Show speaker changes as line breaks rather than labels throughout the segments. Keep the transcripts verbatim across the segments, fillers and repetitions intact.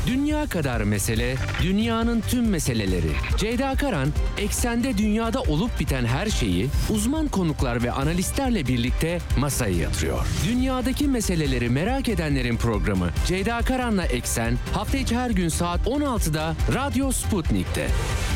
Dünya kadar mesele, dünyanın tüm meseleleri. Ceyda Karan, eksende dünyada olup biten her şeyi uzman konuklar ve analistlerle birlikte masaya yatırıyor. Dünyadaki meseleleri merak edenlerin programı Ceyda Karan'la Eksen, hafta içi her gün saat on altıda Radyo Sputnik'te.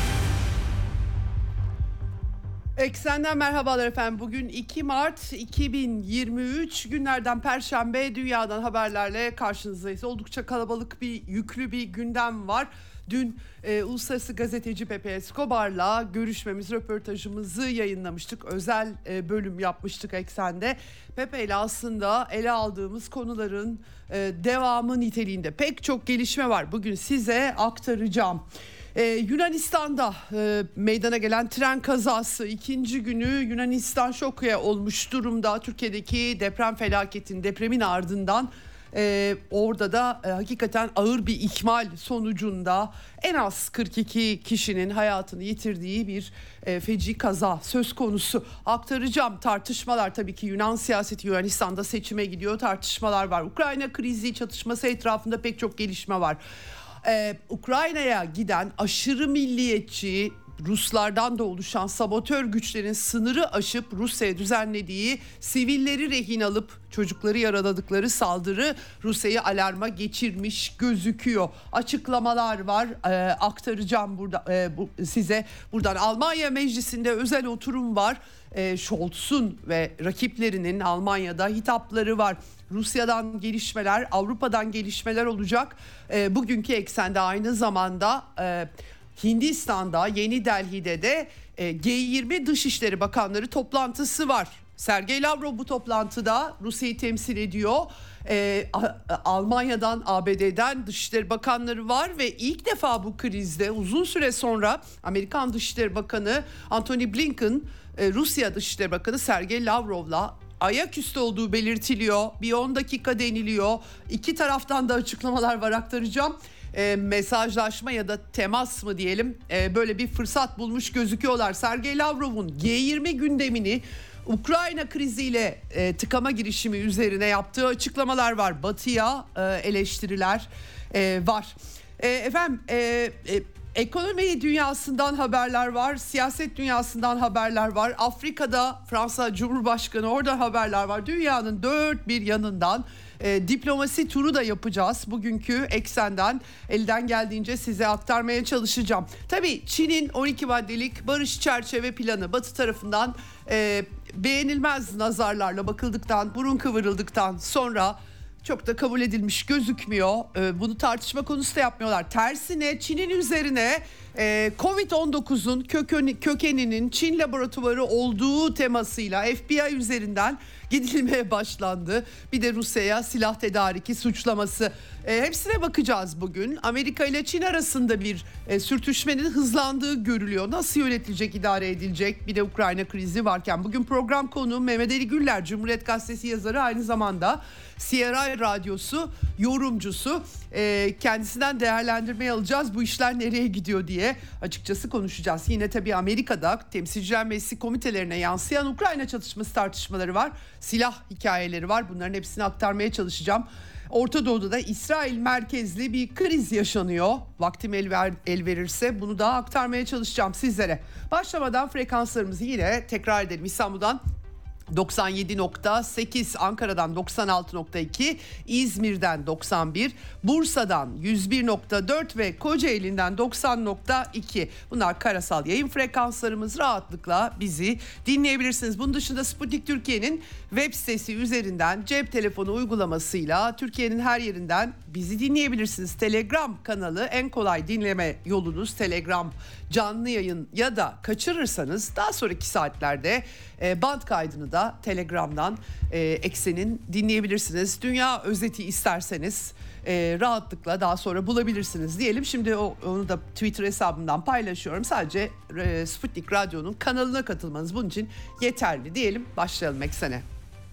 Eksen'den merhabalar efendim. Bugün iki Mart iki bin yirmi üç, günlerden Perşembe, dünyadan haberlerle karşınızdayız. Oldukça kalabalık bir, yüklü bir gündem var. Dün e, uluslararası gazeteci Pepe Escobar'la görüşmemiz, röportajımızı yayınlamıştık. Özel e, bölüm yapmıştık Eksen'de. Pepe ile aslında ele aldığımız konuların e, devamı niteliğinde pek çok gelişme var. Bugün size aktaracağım. Ee, Yunanistan'da e, meydana gelen tren kazası ikinci günü Yunanistan şoke olmuş durumda. Türkiye'deki deprem felaketin, depremin ardından e, orada da e, hakikaten ağır bir ihmal sonucunda en az kırk iki kişinin hayatını yitirdiği bir e, feci kaza söz konusu. Aktaracağım. Tartışmalar, tabii ki Yunan siyaseti, Yunanistan'da seçime gidiyor, tartışmalar var. Ukrayna krizi çatışması etrafında pek çok gelişme var. Ee, Ukrayna'ya giden aşırı milliyetçi Ruslardan da oluşan sabotör güçlerin sınırı aşıp Rusya'ya düzenlediği sivilleri rehin alıp çocukları yaraladıkları saldırı Rusya'yı alarma geçirmiş gözüküyor. Açıklamalar var, ee, aktaracağım burada e, bu, size. Buradan Almanya Meclisi'nde özel oturum var. E, Scholz'un ve rakiplerinin Almanya'da hitapları var. Rusya'dan gelişmeler, Avrupa'dan gelişmeler olacak. E, bugünkü eksende aynı zamanda e, Hindistan'da, Yeni Delhi'de de e, G yirmi Dışişleri Bakanları toplantısı var. Sergey Lavrov bu toplantıda Rusya'yı temsil ediyor. E, Almanya'dan, A B D'den Dışişleri Bakanları var ve ilk defa bu krizde uzun süre sonra Amerikan Dışişleri Bakanı Antony Blinken, e, Rusya Dışişleri Bakanı Sergey Lavrov'la ayaküstü olduğu belirtiliyor. Bir on dakika deniliyor. İki taraftan da açıklamalar var, aktaracağım. E, mesajlaşma ya da temas mı diyelim, e, böyle bir fırsat bulmuş gözüküyorlar. Sergey Lavrov'un G yirmi gündemini Ukrayna kriziyle e, tıkama girişimi üzerine yaptığı açıklamalar var. Batı'ya e, eleştiriler e, var. E, efendim e, e, ekonomi dünyasından haberler var, siyaset dünyasından haberler var. Afrika'da Fransa Cumhurbaşkanı, oradan haberler var. Dünyanın dört bir yanından e, diplomasi turu da yapacağız. Bugünkü Eksen'den elden geldiğince size aktarmaya çalışacağım. Tabii Çin'in on iki maddelik barış çerçeve planı Batı tarafından e, beğenilmez nazarlarla bakıldıktan, burun kıvırıldıktan sonra çok da kabul edilmiş gözükmüyor. Ee, bunu tartışma konusu da yapmıyorlar. Tersine Çin'in üzerine e, kovid on dokuzun kökeni, kökeninin Çin laboratuvarı olduğu temasıyla F B I üzerinden gidilmeye başlandı. Bir de Rusya'ya silah tedariki suçlaması. E, hepsine bakacağız bugün. Amerika ile Çin arasında bir e, sürtüşmenin hızlandığı görülüyor. Nasıl yönetilecek, idare edilecek? Bir de Ukrayna krizi varken. Bugün program konuğum Mehmet Ali Güller, Cumhuriyet Gazetesi yazarı, aynı zamanda C R I Radyosu yorumcusu. E, kendisinden değerlendirmeyi alacağız. Bu işler nereye gidiyor diye açıkçası konuşacağız. Yine tabii Amerika'da Temsilciler Meclisi komitelerine yansıyan Ukrayna çatışması tartışmaları var. Silah hikayeleri var. Bunların hepsini aktarmaya çalışacağım. Orta Doğu'da da İsrail merkezli bir kriz yaşanıyor. Vaktim el, ver, el verirse bunu da aktarmaya çalışacağım sizlere. Başlamadan frekanslarımızı yine tekrar edelim. İstanbul'dan doksan yedi nokta sekiz, Ankara'dan doksan altı nokta iki, İzmir'den doksan bir, Bursa'dan yüz bir nokta dört ve Kocaeli'nden doksan nokta iki. Bunlar karasal yayın frekanslarımız. Rahatlıkla bizi dinleyebilirsiniz. Bunun dışında Sputnik Türkiye'nin web sitesi üzerinden cep telefonu uygulamasıyla Türkiye'nin her yerinden bizi dinleyebilirsiniz. Telegram kanalı en kolay dinleme yolunuz. Telegram canlı yayın ya da kaçırırsanız daha sonraki saatlerde e, band kaydını da Telegram'dan e, Eksen'in dinleyebilirsiniz. Dünya özeti isterseniz e, rahatlıkla daha sonra bulabilirsiniz diyelim. Şimdi o, onu da Twitter hesabımdan paylaşıyorum. Sadece e, Sputnik Radyo'nun kanalına katılmanız bunun için yeterli diyelim. Başlayalım Eksen'e.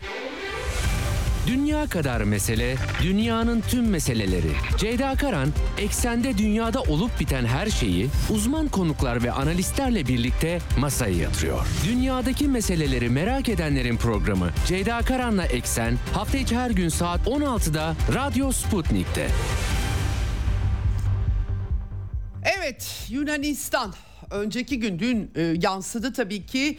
Dünya kadar mesele, dünyanın tüm meseleleri. Ceyda Karan, eksende dünyada olup biten her şeyi uzman konuklar ve analistlerle birlikte masaya yatırıyor. Dünyadaki meseleleri merak edenlerin programı Ceyda Karan'la Eksen, hafta içi her gün saat on altıda Radyo Sputnik'te.
Evet, Yunanistan. Önceki gün dün e, yansıdı tabii ki.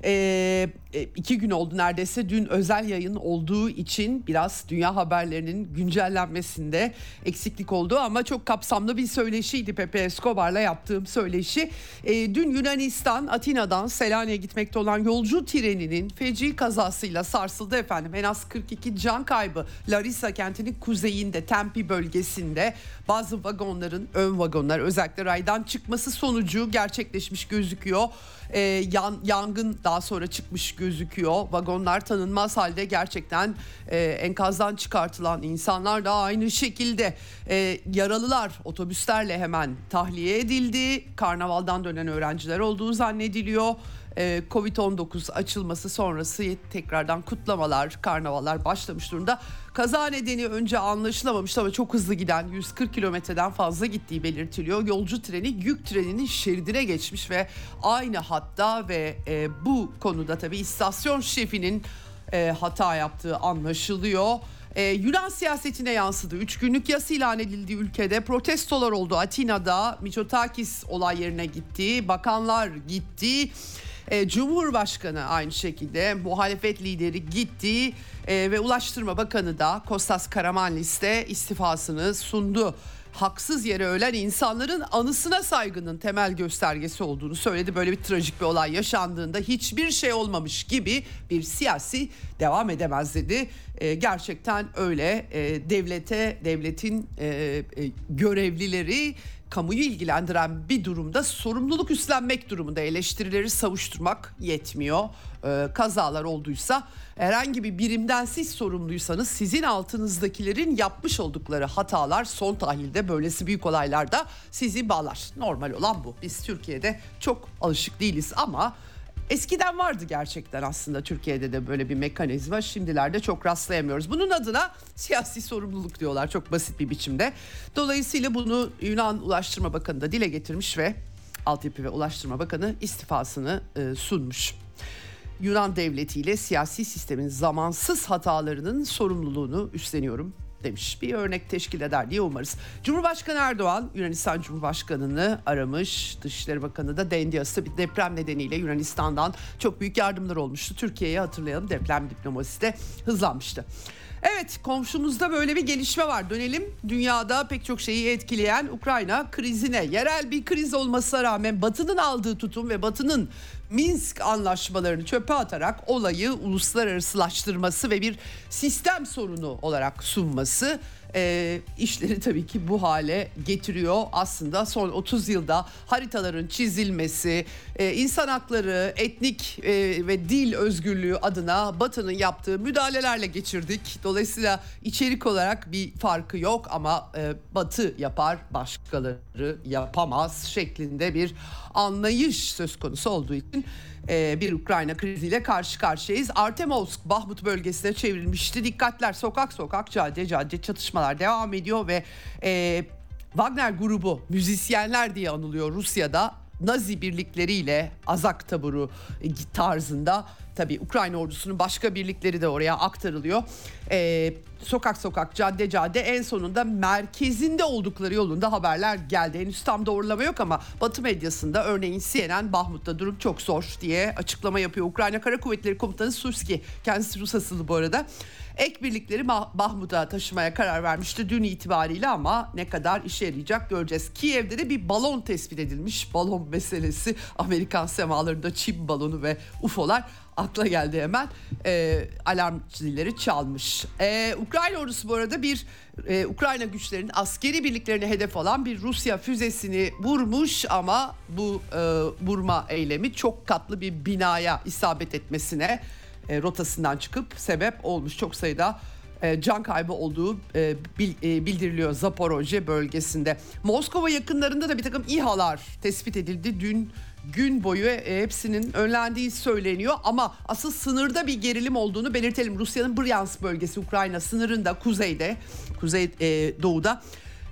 E, iki gün oldu neredeyse. Dün özel yayın olduğu için biraz dünya haberlerinin güncellenmesinde eksiklik oldu. Ama çok kapsamlı bir söyleşiydi Pepe Escobar'la yaptığım söyleşi. E, dün Yunanistan Atina'dan Selanik'e gitmekte olan yolcu treninin feci kazasıyla sarsıldı efendim. En az kırk iki can kaybı. Larissa kentinin kuzeyinde Tempi bölgesinde bazı vagonların, ön vagonlar özellikle raydan çıkması sonucu gerçekleşmiş gözüküyor. Ee, yan, yangın daha sonra çıkmış gözüküyor. Vagonlar tanınmaz halde, gerçekten e, enkazdan çıkartılan insanlar da aynı şekilde. E, yaralılar otobüslerle hemen tahliye edildi. Karnavaldan dönen öğrenciler olduğu zannediliyor. kovid on dokuz açılması sonrası tekrardan kutlamalar, karnavallar başlamış durumda. Kaza nedeni önce anlaşılamamıştı ama çok hızlı giden, yüz kırk kilometreden fazla gittiği belirtiliyor. Yolcu treni yük treninin şeridine geçmiş ve aynı hatta ve e, bu konuda tabii istasyon şefinin e, hata yaptığı anlaşılıyor. Ee, Yunan siyasetine yansıdı. Üç günlük yas ilan edildi ülkede. Protestolar oldu Atina'da. Mitsotakis olay yerine gitti. Bakanlar gitti. Ee, Cumhurbaşkanı aynı şekilde, muhalefet lideri gitti. Ee, ve Ulaştırma Bakanı da Kostas Karamanlis de istifasını sundu. Haksız yere ölen insanların anısına saygının temel göstergesi olduğunu söyledi. Böyle bir trajik bir olay yaşandığında hiçbir şey olmamış gibi bir siyasi devam edemez dedi. E, gerçekten öyle. E, devlete, devletin e, e, görevlileri kamuyu ilgilendiren bir durumda sorumluluk üstlenmek durumunda, eleştirileri savuşturmak yetmiyor. E, kazalar olduysa, herhangi bir birimden siz sorumluysanız sizin altınızdakilerin yapmış oldukları hatalar son tahlilde böylesi büyük olaylarda sizi bağlar. Normal olan bu. Biz Türkiye'de çok alışık değiliz ama eskiden vardı gerçekten aslında Türkiye'de de böyle bir mekanizma. Şimdilerde çok rastlayamıyoruz. Bunun adına siyasi sorumluluk diyorlar çok basit bir biçimde. Dolayısıyla bunu Yunan Ulaştırma Bakanı da dile getirmiş ve Altyapı ve Ulaştırma Bakanı istifasını e, sunmuş. Yunan devletiyle siyasi sistemin zamansız hatalarının sorumluluğunu üstleniyorum demiş. Bir örnek teşkil eder diye umarız. Cumhurbaşkanı Erdoğan Yunanistan Cumhurbaşkanı'nı aramış. Dışişleri Bakanı da Dendias'ta bir deprem nedeniyle Yunanistan'dan çok büyük yardımlar olmuştu. Türkiye'ye hatırlayalım, deprem diplomasisi de hızlanmıştı. Evet, komşumuzda böyle bir gelişme var. Dönelim dünyada pek çok şeyi etkileyen Ukrayna krizine. Yerel bir kriz olmasına rağmen Batı'nın aldığı tutum ve Batı'nın Minsk anlaşmalarını çöpe atarak olayı uluslararasılaştırması ve bir sistem sorunu olarak sunması e, işleri tabii ki bu hale getiriyor. Aslında son otuz yılda haritaların çizilmesi, e, insan hakları, etnik e, ve dil özgürlüğü adına Batı'nın yaptığı müdahalelerle geçirdik. Dolayısıyla içerik olarak bir farkı yok ama e, Batı yapar, başkaları yapamaz şeklinde bir anlayış söz konusu olduğu için e, bir Ukrayna kriziyle karşı karşıyayız. Artemovsk, Bahmut bölgesine çevrilmişti. Dikkatler, sokak sokak, cadde cadde çatışmalar devam ediyor ve e, Wagner grubu müzisyenler diye anılıyor Rusya'da. Nazi birlikleriyle Azak taburu tarzında, tabii Ukrayna ordusunun başka birlikleri de oraya aktarılıyor. Ee, sokak sokak, cadde cadde, en sonunda merkezinde oldukları yolunda haberler geldi. Henüz tam doğrulama yok ama Batı medyasında örneğin C N N Bahmut'ta durum çok zor diye açıklama yapıyor. Ukrayna Kara Kuvvetleri Komutanı Surski, kendisi Rus asıllı bu arada, ek birlikleri Bahmut'a taşımaya karar vermişti dün itibariyle ama ne kadar işe yarayacak göreceğiz. Kiev'de de bir balon tespit edilmiş. Balon meselesi, Amerikan semalarında çim balonu ve U F O'lar akla geldi hemen. E, alarm zilleri çalmış. E, Ukrayna ordusu bu arada bir e, Ukrayna güçlerinin askeri birliklerini hedef alan bir Rusya füzesini vurmuş ama bu e, vurma eylemi çok katlı bir binaya isabet etmesine, E, rotasından çıkıp sebep olmuş. Çok sayıda e, can kaybı olduğu e, bil, e, bildiriliyor Zaporojye bölgesinde. Moskova yakınlarında da bir takım İHA'lar tespit edildi. Dün gün boyu e, hepsinin önlendiği söyleniyor ama asıl sınırda bir gerilim olduğunu belirtelim. Rusya'nın Bryansk bölgesi, Ukrayna sınırında, kuzeyde, kuzey e, doğuda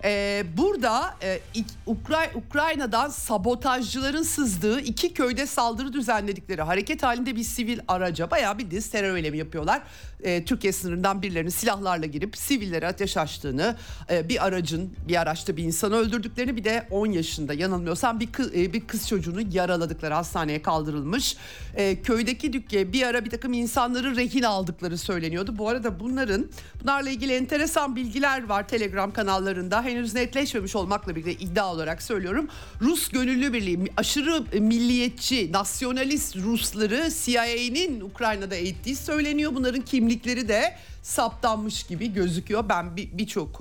Ee, burada e, Ukray- Ukrayna'dan sabotajcıların sızdığı iki köyde saldırı düzenledikleri hareket halinde bir sivil araca bayağı bildiğiniz terör eylemi yapıyorlar. Ee, Türkiye sınırından birilerinin silahlarla girip sivillere ateş açtığını, e, bir aracın bir araçta bir insanı öldürdüklerini, bir de on yaşında yanılmıyorsam bir kız, e, bir kız çocuğunu yaraladıkları, hastaneye kaldırılmış. E, köydeki dükkeye bir ara bir takım insanları rehin aldıkları söyleniyordu. Bu arada bunların bunlarla ilgili enteresan bilgiler var Telegram kanallarında. Henüz netleşmemiş olmakla birlikte iddia olarak söylüyorum. Rus Gönüllü Birliği, aşırı milliyetçi, nasyonalist Rusları C I A'nin Ukrayna'da eğittiği söyleniyor. Bunların kimlikleri de saptanmış gibi gözüküyor. Ben birçok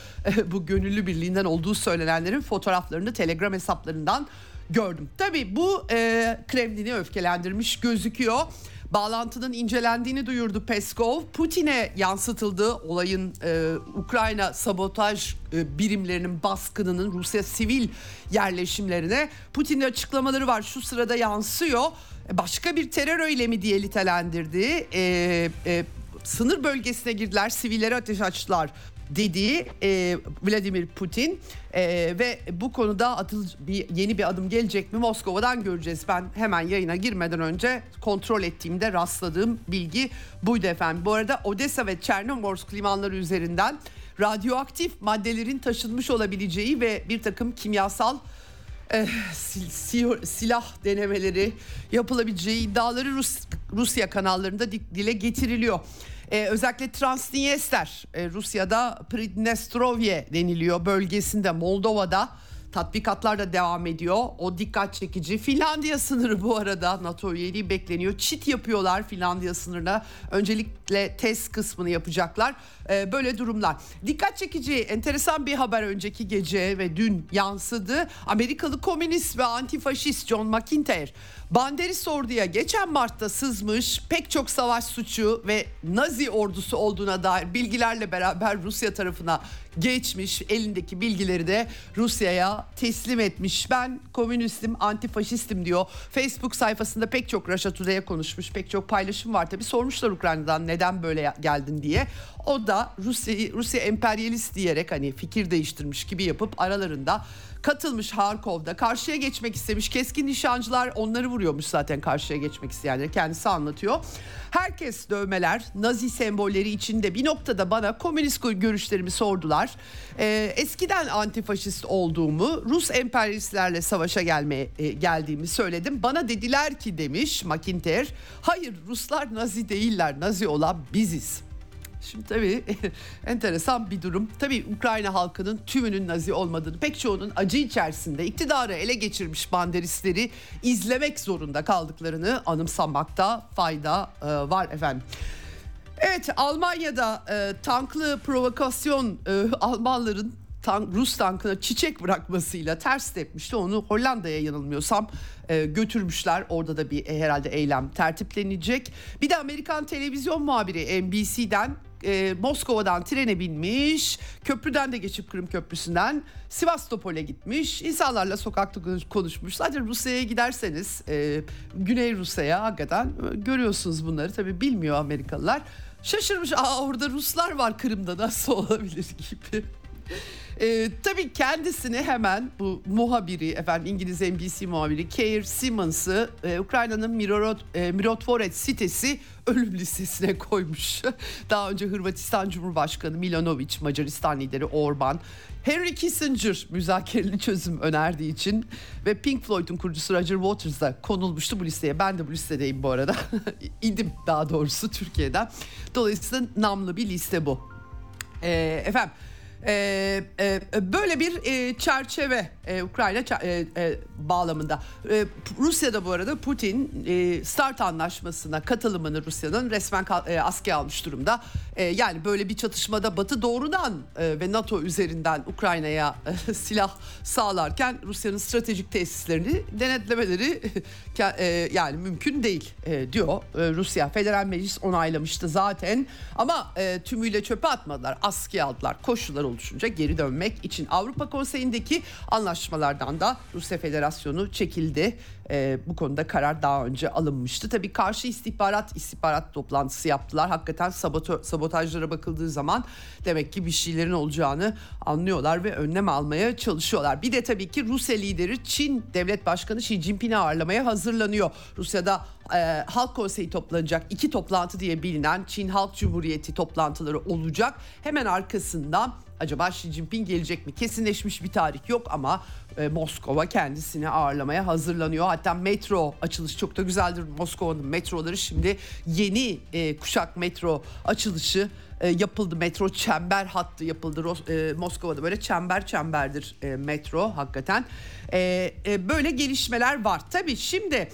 e, bu Gönüllü Birliği'nden olduğu söylenenlerin fotoğraflarını Telegram hesaplarından gördüm. Tabii bu e, Kremlin'i öfkelendirmiş gözüküyor. Bağlantının incelendiğini duyurdu Peskov. Putin'e yansıtıldığı olayın e, Ukrayna sabotaj e, birimlerinin baskınının Rusya sivil yerleşimlerine. Putin'in açıklamaları var, şu sırada yansıyor. Başka bir terör eylemi diye nitelendirdi. E, e, sınır bölgesine girdiler, sivillere ateş açtılar dediği e, Vladimir Putin e, ve bu konuda atıl bir yeni bir adım gelecek mi Moskova'dan göreceğiz. Ben hemen yayına girmeden önce kontrol ettiğimde rastladığım bilgi buydu efendim. Bu arada Odessa ve Çernomorsk limanları üzerinden radyoaktif maddelerin taşınmış olabileceği ve bir takım kimyasal eh, sil, silah denemeleri yapılabileceği iddiaları Rus, Rusya kanallarında dile getiriliyor. Ee, özellikle Transnistria, e, Rusya'da Pridnestrovye deniliyor bölgesinde, Moldova'da tatbikatlar da devam ediyor. O dikkat çekici. Finlandiya sınırı bu arada NATO üyeliği bekleniyor. Çit yapıyorlar Finlandiya sınırına. Öncelikle test kısmını yapacaklar. Ee, böyle durumlar. Dikkat çekici, enteresan bir haber önceki gece ve dün yansıdı. Amerikalı komünist ve antifaşist John McIntyre, Banderis orduya geçen Mart'ta sızmış, pek çok savaş suçu ve Nazi ordusu olduğuna dair bilgilerle beraber Rusya tarafına geçmiş. Elindeki bilgileri de Rusya'ya teslim etmiş. Ben komünistim, antifaşistim diyor. Facebook sayfasında pek çok Russia Today'e konuşmuş. Pek çok paylaşım var tabii. Sormuşlar Ukrayna'dan neden böyle geldin diye. O da Rusya, Rusya emperyalist diyerek hani fikir değiştirmiş gibi yapıp aralarında katılmış. Harkov'da karşıya geçmek istemiş. Keskin nişancılar onları vuruyormuş zaten, karşıya geçmek isteyenleri, kendisi anlatıyor. Herkes dövmeler, Nazi sembolleri içinde. Bir noktada bana komünist görüşlerimi sordular. Ee, eskiden antifaşist olduğumu, Rus emperyalistlerle savaşa gelmeye e, geldiğimi söyledim. Bana dediler ki, demiş McIntyre, hayır Ruslar Nazi değiller, Nazi olan biziz. Şimdi tabii enteresan bir durum. Tabii Ukrayna halkının tümünün Nazi olmadığını, pek çoğunun acı içerisinde iktidarı ele geçirmiş banderistleri izlemek zorunda kaldıklarını anımsamakta fayda e, var efendim. Evet, Almanya'da e, tanklı provokasyon e, Almanların tank, Rus tankına çiçek bırakmasıyla ters tepmişti. Onu Hollanda'ya yanılmıyorsam e, götürmüşler. Orada da bir e, herhalde eylem tertiplenecek. Bir de Amerikan televizyon muhabiri N B C'den e, Moskova'dan trene binmiş. Köprüden de geçip, Kırım Köprüsü'nden Sivastopol'e gitmiş. İnsanlarla sokakta konuşmuş. Zaten Rusya'ya giderseniz e, Güney Rusya'ya hakikaten e, görüyorsunuz bunları. Tabii bilmiyor Amerikalılar. Şaşırmış. Aa, orada Ruslar var Kırım'da, nasıl olabilir gibi. Ee, tabii kendisini hemen bu muhabiri, efendim İngiliz N B C muhabiri Keir Simmons'ı e, Ukrayna'nın Mirorod, e, Mirotvoret sitesi ölüm listesine koymuş. Daha önce Hırvatistan Cumhurbaşkanı Milanovic, Macaristan lideri Orban, Henry Kissinger müzakereli çözüm önerdiği için ve Pink Floyd'un kurucusu Roger Waters da konulmuştu bu listeye. Ben de bu listedeyim bu arada. İdim daha doğrusu Türkiye'den. Dolayısıyla namlı bir liste bu. Ee, efendim Ee, e, böyle bir e, çerçeve e, Ukrayna e, e, bağlamında. E, Rusya'da bu arada Putin e, START anlaşmasına katılımını Rusya'nın resmen e, askıya almış durumda. E, yani böyle bir çatışmada Batı doğrudan e, ve NATO üzerinden Ukrayna'ya e, silah sağlarken Rusya'nın stratejik tesislerini denetlemeleri e, yani mümkün değil e, diyor e, Rusya. Federal Meclis onaylamıştı zaten ama e, tümüyle çöpe atmadılar, askıya aldılar, koşullar oluşturdular. oluşunca geri dönmek için. Avrupa Konseyi'ndeki anlaşmalardan da Rusya Federasyonu çekildi. Ee, bu konuda karar daha önce alınmıştı. Tabii karşı istihbarat istihbarat toplantısı yaptılar. Hakikaten saboto, sabotajlara bakıldığı zaman demek ki bir şeylerin olacağını anlıyorlar ve önlem almaya çalışıyorlar. Bir de tabii ki Rusya lideri Çin Devlet Başkanı Xi Jinping'i ağırlamaya hazırlanıyor. Rusya'da e, Halk Konseyi toplanacak. İki toplantı diye bilinen Çin Halk Cumhuriyeti toplantıları olacak. Hemen arkasından acaba Xi Jinping gelecek mi? Kesinleşmiş bir tarih yok ama e, Moskova kendisini ağırlamaya hazırlanıyor. Hatta metro açılışı çok da güzeldir. Moskova'nın metroları şimdi yeni e, kuşak metro açılışı e, yapıldı. Metro çember hattı yapıldı. E, Moskova'da böyle çember çemberdir e, metro hakikaten. E, e, böyle gelişmeler var. Tabii şimdi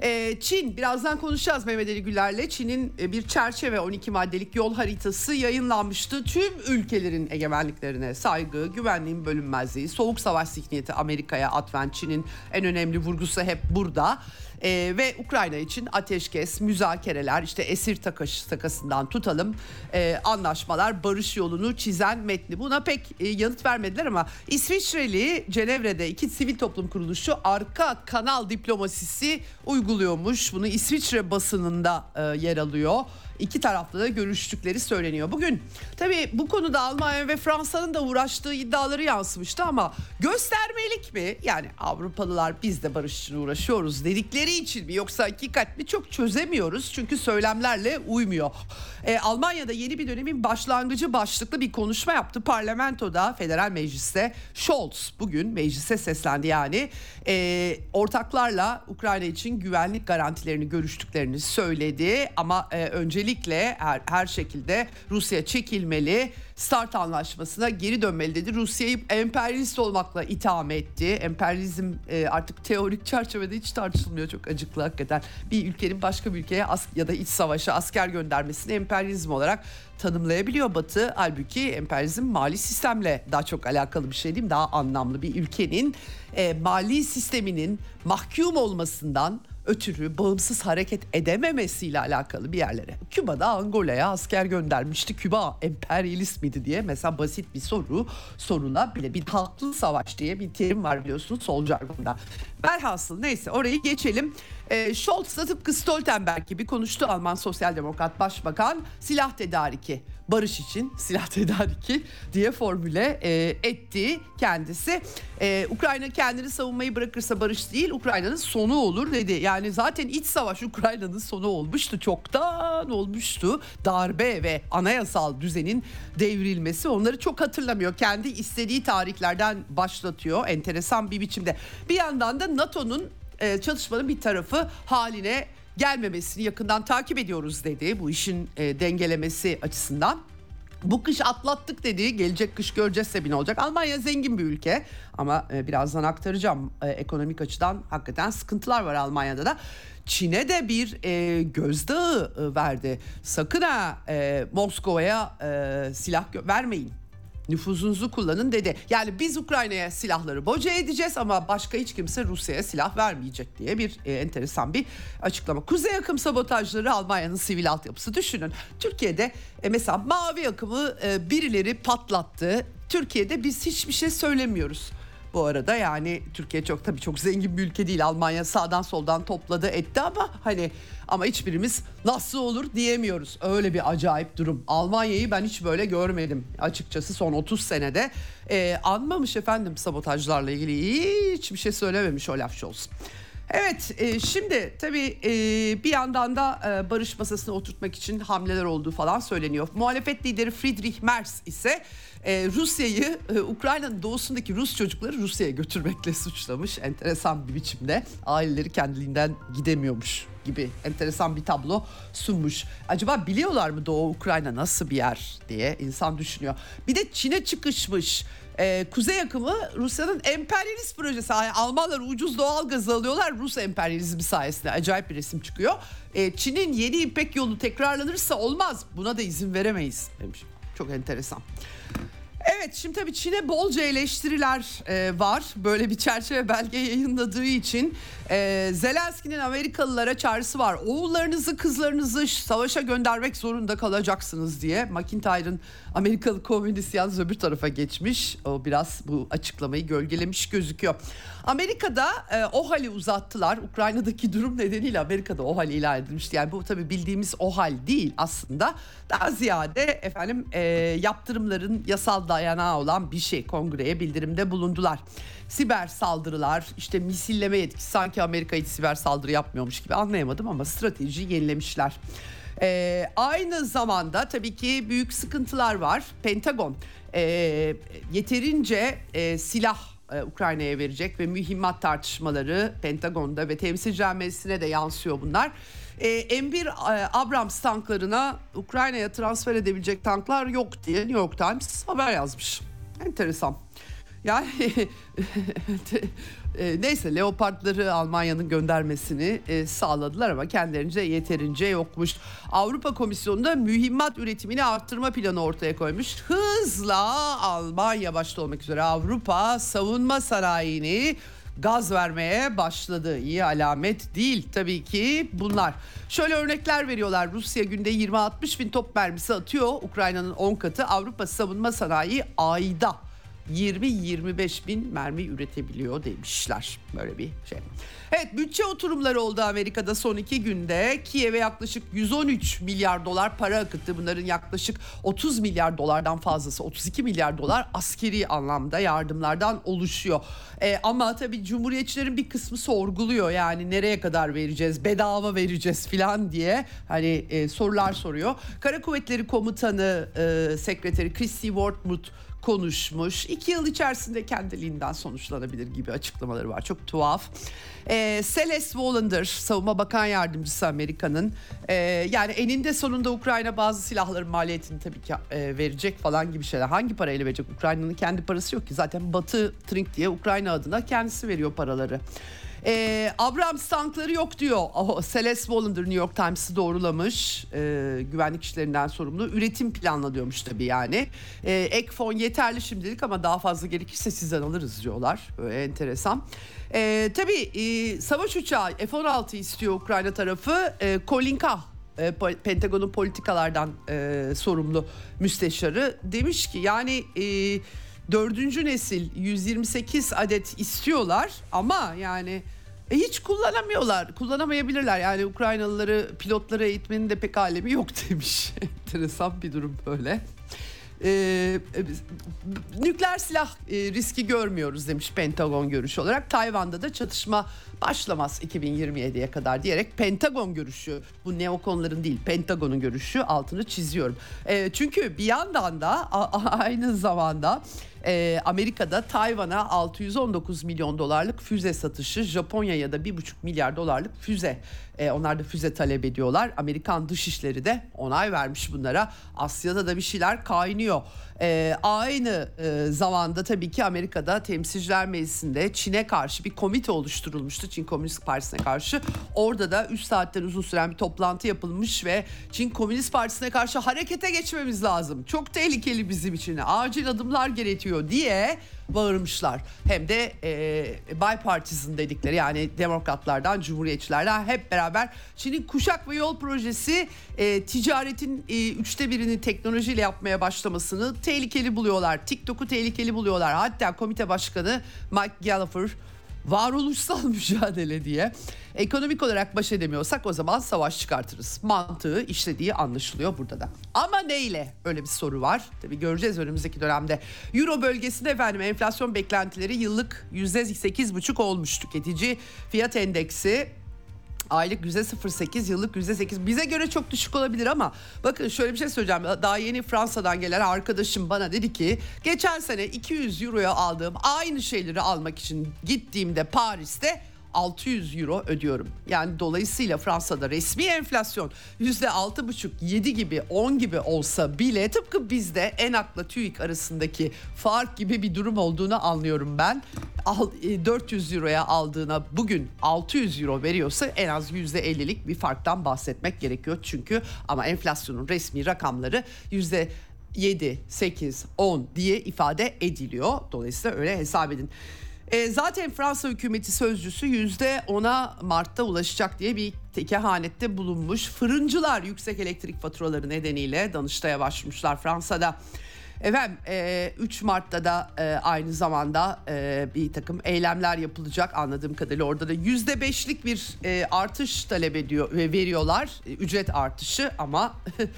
Çin, birazdan konuşacağız Mehmet Ali Güler'le. Çin'in bir çerçeve on iki maddelik yol haritası yayınlanmıştı. Tüm ülkelerin egemenliklerine saygı, güvenliğin bölünmezliği, soğuk savaş zihniyeti Amerika'ya atfen Çin'in en önemli vurgusu hep burada. Ee, ve Ukrayna için ateşkes, müzakereler, işte esir takas, takasından tutalım e, anlaşmalar, barış yolunu çizen metni. Buna pek e, yanıt vermediler ama İsviçreli Cenevre'de iki sivil toplum kuruluşu arka kanal diplomasisi uyguluyormuş. Bunu İsviçre basınında e, yer alıyor. İki taraflı da görüştükleri söyleniyor. Bugün tabii bu konuda Almanya ve Fransa'nın da uğraştığı iddiaları yansımıştı ama göstermelik mi? Yani Avrupalılar biz de barış için uğraşıyoruz dedikleri için mi yoksa hakikat mi çok çözemiyoruz. Çünkü söylemlerle uymuyor. Ee, Almanya'da yeni bir dönemin başlangıcı başlıklı bir konuşma yaptı. Parlamentoda, Federal Meclis'te Scholz bugün meclise seslendi yani. Ee, ortaklarla Ukrayna için güvenlik garantilerini görüştüklerini söyledi ama e, önce Özellikle her, her şekilde Rusya çekilmeli, START anlaşmasına geri dönmeli dedi. Rusya'yı emperyalist olmakla itham etti. Emperyalizm e, artık teorik çerçevede hiç tartışılmıyor, çok acıklı hakikaten. Bir ülkenin başka bir ülkeye as- ya da iç savaşa asker göndermesini emperyalizm olarak tanımlayabiliyor Batı. Halbuki emperyalizm mali sistemle daha çok alakalı bir şey değil mi? Daha anlamlı, bir ülkenin e, mali sisteminin mahkum olmasından ötürü bağımsız hareket edememesiyle alakalı bir yerlere. Küba'da Angola'ya asker göndermişti. Küba emperyalist miydi diye mesela basit bir soru sorulabilir. Bir haklı savaş diye bir terim var biliyorsunuz sol jargonda. Velhasıl neyse orayı geçelim. E, Scholz da tıpkı Stoltenberg gibi konuştu. Alman Sosyal Demokrat Başbakan silah tedariki, barış için silah tedariki diye formüle e, etti kendisi. E, Ukrayna kendini savunmayı bırakırsa barış değil, Ukrayna'nın sonu olur dedi. Yani zaten iç savaş Ukrayna'nın sonu olmuştu. Çoktan olmuştu. Darbe ve anayasal düzenin devrilmesi onları çok hatırlamıyor. Kendi istediği tarihlerden başlatıyor enteresan bir biçimde. Bir yandan da NATO'nun e, çalışmanın bir tarafı haline gelmemesini yakından takip ediyoruz dedi. Bu işin e, dengelemesi açısından. Bu kış atlattık dedi. Gelecek kış göreceğiz tabii ne olacak. Almanya zengin bir ülke ama e, birazdan aktaracağım. E, ekonomik açıdan hakikaten sıkıntılar var Almanya'da da. Çin'e de bir e, gözdağı e, verdi. Sakın ha e, Moskova'ya e, silah gö- vermeyin. Nüfuzunuzu kullanın dedi. Yani biz Ukrayna'ya silahları boca edeceğiz ama başka hiç kimse Rusya'ya silah vermeyecek diye bir e, enteresan bir açıklama. Kuzey akım sabotajları Almanya'nın sivil altyapısı. Düşünün Türkiye'de e, mesela mavi akımı e, birileri patlattı. Türkiye'de biz hiçbir şey söylemiyoruz. Bu arada yani Türkiye çok tabii çok zengin bir ülke değil. Almanya sağdan soldan topladı etti ama hani ama hiçbirimiz nasıl olur diyemiyoruz. Öyle bir acayip durum. Almanya'yı ben hiç böyle görmedim açıkçası son otuz senede. Ee, anmamış efendim sabotajlarla ilgili hiçbir şey söylememiş Olaf Scholz. Evet e, şimdi tabii e, bir yandan da e, barış masasına oturtmak için hamleler olduğu falan söyleniyor. Muhalefet lideri Friedrich Merz ise e, Rusya'yı e, Ukrayna'nın doğusundaki Rus çocukları Rusya'ya götürmekle suçlamış. Enteresan bir biçimde aileleri kendiliğinden gidemiyormuş gibi enteresan bir tablo sunmuş. Acaba biliyorlar mı Doğu Ukrayna nasıl bir yer diye insan düşünüyor. Bir de Çin'e çıkışmış. Ee, Kuzey akımı Rusya'nın emperyalist projesi. Yani Almanlar ucuz doğal gazı alıyorlar Rus emperyalizmi sayesinde. Acayip bir resim çıkıyor. Ee, Çin'in yeni İpek yolu tekrarlanırsa olmaz. Buna da izin veremeyiz demiş. Çok enteresan. Evet, şimdi tabii Çin'e bolca eleştiriler e, var. Böyle bir çerçeve belge yayınladığı için e, Zelenski'nin Amerikalılara çağrısı var. Oğullarınızı, kızlarınızı savaşa göndermek zorunda kalacaksınız diye. McIntyre'ın Amerikalı komünist yalnız öbür tarafa geçmiş. O biraz bu açıklamayı gölgelemiş gözüküyor. Amerika'da e, OHAL'i uzattılar. Ukrayna'daki durum nedeniyle Amerika'da OHAL ilan edilmişti. Yani bu tabii bildiğimiz OHAL değil aslında. Daha ziyade efendim e, yaptırımların yasal dayanağı olan bir şey. Kongreye bildirimde bulundular. Siber saldırılar, işte misilleme yetkisi, sanki Amerika hiç siber saldırı yapmıyormuş gibi, anlayamadım ama stratejiyi yenilemişler. Ee, aynı zamanda tabii ki büyük sıkıntılar var. Pentagon e, yeterince e, silah e, Ukrayna'ya verecek ve mühimmat tartışmaları Pentagon'da ve Temsilciler Meclisi'ne de yansıyor bunlar. E, M bir e, Abrams tanklarına Ukrayna'ya transfer edebilecek tanklar yok diye New York Times haber yazmış. Enteresan. Yani neyse, Leopardları Almanya'nın göndermesini e, sağladılar ama kendilerince yeterince yokmuş. Avrupa Komisyonu da mühimmat üretimini arttırma planı ortaya koymuş. Hızla Almanya başta olmak üzere Avrupa savunma sanayini gaz vermeye başladı. İyi alamet değil tabii ki bunlar. Şöyle örnekler veriyorlar. Rusya günde yirmi altmış bin top mermisi atıyor. Ukrayna'nın on katı. Avrupa savunma sanayi ayda yirmi yirmi beş bin mermi üretebiliyor demişler. Böyle bir şey. Evet, bütçe oturumları oldu Amerika'da son iki günde. Kiev'e yaklaşık yüz on üç milyar dolar para akıttı. Bunların yaklaşık otuz milyar dolardan fazlası, otuz iki milyar dolar askeri anlamda yardımlardan oluşuyor. Ee, ama tabii Cumhuriyetçilerin bir kısmı sorguluyor. Yani nereye kadar vereceğiz, bedava vereceğiz falan diye hani e, sorular soruyor. Kara Kuvvetleri Komutanı e, Sekreteri Christy Wortmuth konuşmuş. İki yıl içerisinde kendiliğinden sonuçlanabilir gibi açıklamaları var. Çok tuhaf. Ee, Celeste Wallander, Savunma Bakan Yardımcısı Amerika'nın. Ee, yani eninde sonunda Ukrayna bazı silahların maliyetini tabii ki e, verecek falan gibi şeyler. Hangi parayla verecek? Ukrayna'nın kendi parası yok ki. Zaten Batı Trink diye Ukrayna adına kendisi veriyor paraları. Ee, Abrams tankları yok diyor. Oh, Celeste Wallander New York Times'ı doğrulamış. Ee, güvenlik işlerinden sorumlu. Üretim planlanıyormuş tabii yani. Ee, ek fon yeterli şimdilik ama daha fazla gerekirse sizden alırız diyorlar. Böyle enteresan. Ee, tabii e, savaş uçağı F on altı istiyor Ukrayna tarafı. Ee, Kolinka, e, Pentagon'un politikalardan e, sorumlu müsteşarı demiş ki yani... E, Dördüncü nesil yüz yirmi sekiz adet istiyorlar ama yani e, hiç kullanamıyorlar. Kullanamayabilirler. Yani Ukraynalıları, pilotları eğitmenin de pek alemi yok demiş. Enteresan bir durum böyle. Ee, nükleer silah e, riski görmüyoruz demiş Pentagon görüşü olarak. Tayvan'da da çatışma başlamaz iki bin yirmi yediye kadar diyerek Pentagon görüşü, bu neokonların değil Pentagon'un görüşü, altını çiziyorum. E, çünkü bir yandan da a, aynı zamanda e, Amerika'da Tayvan'a altı yüz on dokuz milyon dolarlık füze satışı, Japonya'ya da bir buçuk milyar dolarlık füze. E, onlar da füze talep ediyorlar. Amerikan Dışişleri de onay vermiş bunlara. Asya'da da bir şeyler kaynıyor. E, aynı e, zamanda tabii ki Amerika'da Temsilciler Meclisi'nde Çin'e karşı bir komite oluşturulmuştu. Çin Komünist Partisi'ne karşı. Orada da üç saatten uzun süren bir toplantı yapılmış ve Çin Komünist Partisi'ne karşı harekete geçmemiz lazım. Çok tehlikeli bizim için. Acil adımlar gerekiyor diye bağırmışlar. Hem de e, bipartisan dedikleri, yani demokratlardan, cumhuriyetçilerden hep beraber Çin'in Kuşak ve Yol projesi e, ticaretin e, üçte birini teknolojiyle yapmaya başlamasını tehlikeli buluyorlar. TikTok'u tehlikeli buluyorlar. Hatta komite başkanı Mike Gallagher varoluşsal mücadele diye, ekonomik olarak baş edemiyorsak o zaman savaş çıkartırız mantığı işlediği anlaşılıyor burada da. Ama neyle? Öyle bir soru var. Tabii göreceğiz önümüzdeki dönemde. Euro bölgesinde efendim enflasyon beklentileri yıllık yüzde sekiz buçuk olmuş. Tüketici fiyat endeksi aylık yüzde sıfır virgül sekiz, yıllık yüzde sekiz. Bize göre çok düşük olabilir ama bakın şöyle bir şey söyleyeceğim. Daha yeni Fransa'dan gelen arkadaşım bana dedi ki geçen sene iki yüz euroya aldığım aynı şeyleri almak için gittiğimde Paris'te altı yüz euro ödüyorum. Yani dolayısıyla Fransa'da resmi enflasyon yüzde altı buçuk yedi gibi, on gibi olsa bile tıpkı bizde ENAK'la TÜİK arasındaki fark gibi bir durum olduğunu anlıyorum ben. dört yüz euroya aldığına bugün altı yüz euro veriyorsa en az yüzde ellilik bir farktan bahsetmek gerekiyor çünkü, ama enflasyonun resmi rakamları yüzde yedi, sekiz, on diye ifade ediliyor. Dolayısıyla öyle hesap edin. E, zaten Fransa hükümeti sözcüsü yüzde ona Mart'ta ulaşacak diye bir kehanette bulunmuş. Fırıncılar yüksek elektrik faturaları nedeniyle Danıştay'a başvurmuşlar Fransa'da. Efendim e, üç Mart'ta da e, aynı zamanda e, bir takım eylemler yapılacak anladığım kadarıyla. Orada da yüzde beşlik bir e, artış talep ediyor ve veriyorlar, e, ücret artışı ama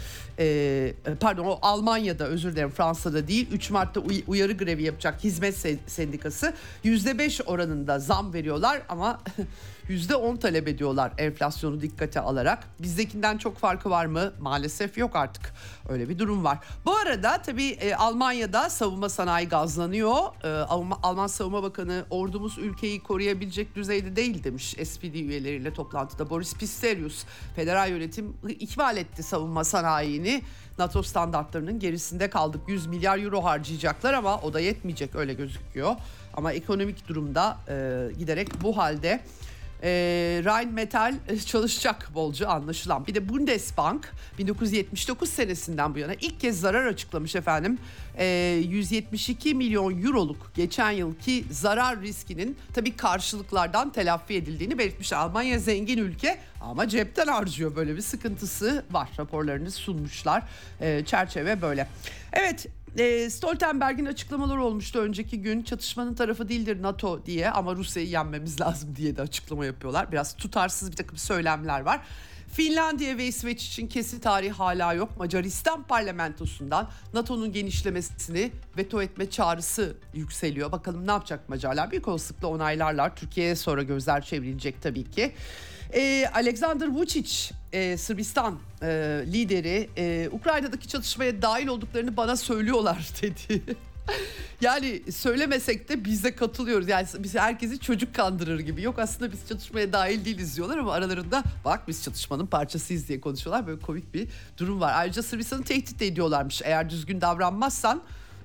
e, pardon o Almanya'da, özür dilerim, Fransa'da değil. üç Mart'ta uy- uyarı grevi yapacak Hizmet Sendikası yüzde beş oranında zam veriyorlar ama yüzde on talep ediyorlar enflasyonu dikkate alarak. Bizdekinden çok farkı var mı? Maalesef yok artık. Öyle bir durum var. Bu arada tabii e, Almanya'da savunma sanayi gazlanıyor. E, Alman, Alman Savunma Bakanı ordumuz ülkeyi koruyabilecek düzeyde değil demiş S P D üyeleriyle toplantıda. Boris Pistorius, federal yönetim ihmal etti savunma sanayini. NATO standartlarının gerisinde kaldık. yüz milyar euro harcayacaklar ama o da yetmeyecek öyle gözüküyor. Ama ekonomik durumda e, giderek bu halde. E, Rheinmetall çalışacak bolca anlaşılan. Bir de Bundesbank bin dokuz yüz yetmiş dokuz senesinden bu yana ilk kez zarar açıklamış efendim. E, yüz yetmiş iki milyon euroluk geçen yılki zarar riskinin tabii karşılıklardan telafi edildiğini belirtmiş. Almanya zengin ülke ama cepten harcıyor, böyle bir sıkıntısı var. Raporlarını sunmuşlar. E, çerçeve böyle. Evet. E, Stoltenberg'in açıklamaları olmuştu önceki gün. Çatışmanın tarafı değildir NATO diye ama Rusya'yı yenmemiz lazım diye de açıklama yapıyorlar. Biraz tutarsız bir takım söylemler var. Finlandiya ve İsveç için kesin tarih hala yok. Macaristan parlamentosundan NATO'nun genişlemesini veto etme çağrısı yükseliyor. Bakalım ne yapacak Macarlar? Büyük olasılıkla onaylarlar. Türkiye'ye sonra gözler çevrilecek tabii ki. Ee, Alexander Vučić, e, Sırbistan e, lideri, e, Ukrayna'daki çatışmaya dahil olduklarını bana söylüyorlar dedi. Yani söylemesek de biz de katılıyoruz. Yani biz herkesi çocuk kandırır gibi. Yok aslında biz çatışmaya dahil değiliz diyorlar ama aralarında bak biz çatışmanın parçasıyız diye konuşuyorlar. Böyle komik bir durum var. Ayrıca Sırbistan'ı tehdit de ediyorlarmış. Eğer düzgün davranmazsan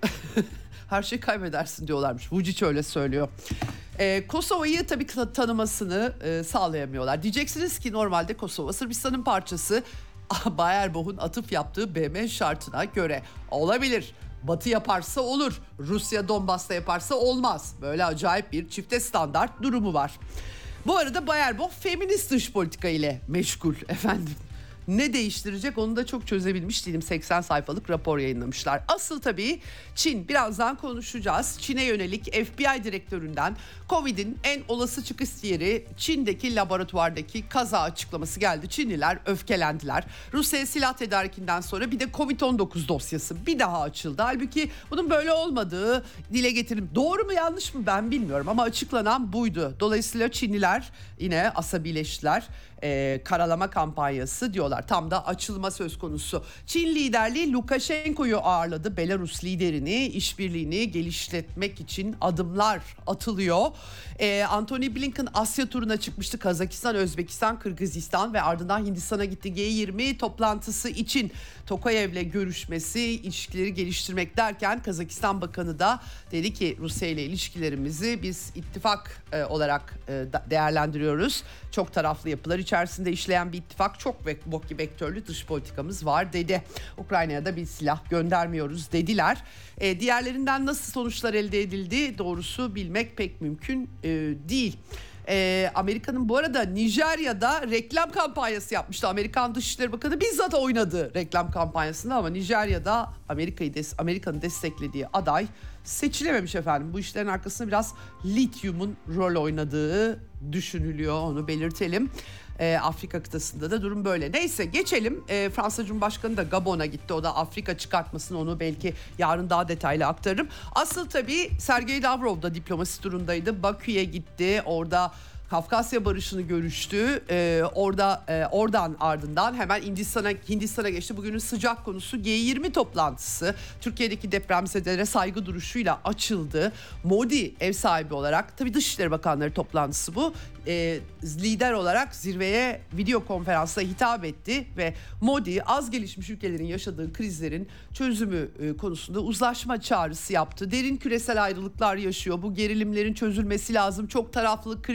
her şeyi kaybedersin diyorlarmış. Vučić öyle söylüyor. Ee, Kosova'yı tabii tanımasını e, sağlayamıyorlar. Diyeceksiniz ki normalde Kosova Sırbistan'ın parçası. Bayer-Bock'un atıf yaptığı B M şartına göre olabilir. Batı yaparsa olur. Rusya Donbas'ta yaparsa olmaz. Böyle acayip bir çifte standart durumu var. Bu arada Bayer-Bock feminist dış politika ile meşgul efendim. Ne değiştirecek onu da çok çözebilmiş değilim. seksen sayfalık rapor yayınlamışlar. Asıl tabii Çin. Birazdan konuşacağız. Çin'e yönelik F B I direktöründen Covid'in en olası çıkış yeri Çin'deki laboratuvardaki kaza açıklaması geldi. Çinliler öfkelendiler. Rusya silah tedarikinden sonra bir de Covid on dokuz dosyası bir daha açıldı. Halbuki bunun böyle olmadığı dile getirildi. Doğru mu yanlış mı ben bilmiyorum ama açıklanan buydu. Dolayısıyla Çinliler yine asabileştiler. Ee, karalama kampanyası diyorlar. Tam da açılma söz konusu. Çin liderliği Lukashenko'yu ağırladı. Belarus liderini, işbirliğini geliştirmek için adımlar atılıyor. Ee, Antony Blinken Asya turuna çıkmıştı. Kazakistan, Özbekistan, Kırgızistan ve ardından Hindistan'a gitti. G yirmi toplantısı için Tokayev'le görüşmesi, ilişkileri geliştirmek derken Kazakistan Bakanı da dedi ki Rusya ile ilişkilerimizi biz ittifak e, olarak e, değerlendiriyoruz. Çok taraflı yapılar içerisinde işleyen bir ittifak, çok vektörlü dış politikamız var dedi. Ukrayna'ya da bir silah göndermiyoruz dediler. E, diğerlerinden nasıl sonuçlar elde edildi doğrusu bilmek pek mümkün e, değil. Ee, Amerika'nın bu arada Nijerya'da reklam kampanyası yapmıştı. Amerikan Dışişleri Bakanı bizzat oynadı reklam kampanyasında ama Nijerya'da Amerika'yı des- Amerika'nın desteklediği aday seçilememiş efendim. Bu işlerin arkasında biraz lityumun rol oynadığı düşünülüyor, onu belirtelim. Ee, Afrika kıtasında da durum böyle. Neyse geçelim. Ee, Fransa Cumhurbaşkanı da Gabon'a gitti. O da Afrika çıkartmasını, onu belki yarın daha detaylı aktarırım. Asıl tabii Sergey Lavrov da diplomasi turundaydı. Bakü'ye gitti. Orada Kafkasya barışını görüştü. Ee, orada e, oradan ardından hemen Hindistan'a Hindistan'a geçti. Bugünün sıcak konusu G yirmi toplantısı. Türkiye'deki depremzedelere saygı duruşuyla açıldı. Modi ev sahibi olarak, tabii Dışişleri Bakanları toplantısı bu. E, lider olarak zirveye video konferansla hitap etti ve Modi az gelişmiş ülkelerin yaşadığı krizlerin çözümü e, konusunda uzlaşma çağrısı yaptı. Derin küresel ayrılıklar yaşıyor. Bu gerilimlerin çözülmesi lazım. Çok taraflı krizde diye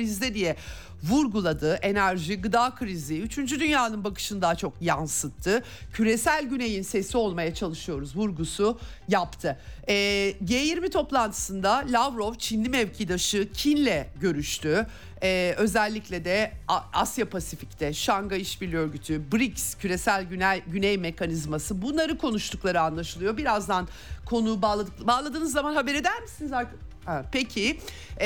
diye vurguladı. Enerji, gıda krizi, üçüncü dünyanın bakışını daha çok yansıttı. Küresel güneyin sesi olmaya çalışıyoruz vurgusu yaptı. Ee, G yirmi toplantısında Lavrov Çinli mevkidaşı Kin'le görüştü. Ee, özellikle de Asya Pasifik'te Şangay İşbirliği Örgütü, B R I C S, Küresel Güney, Güney Mekanizması, bunları konuştukları anlaşılıyor. Birazdan konuyu bağladık, bağladığınız zaman haber eder misiniz arkadaşlar? Ha, peki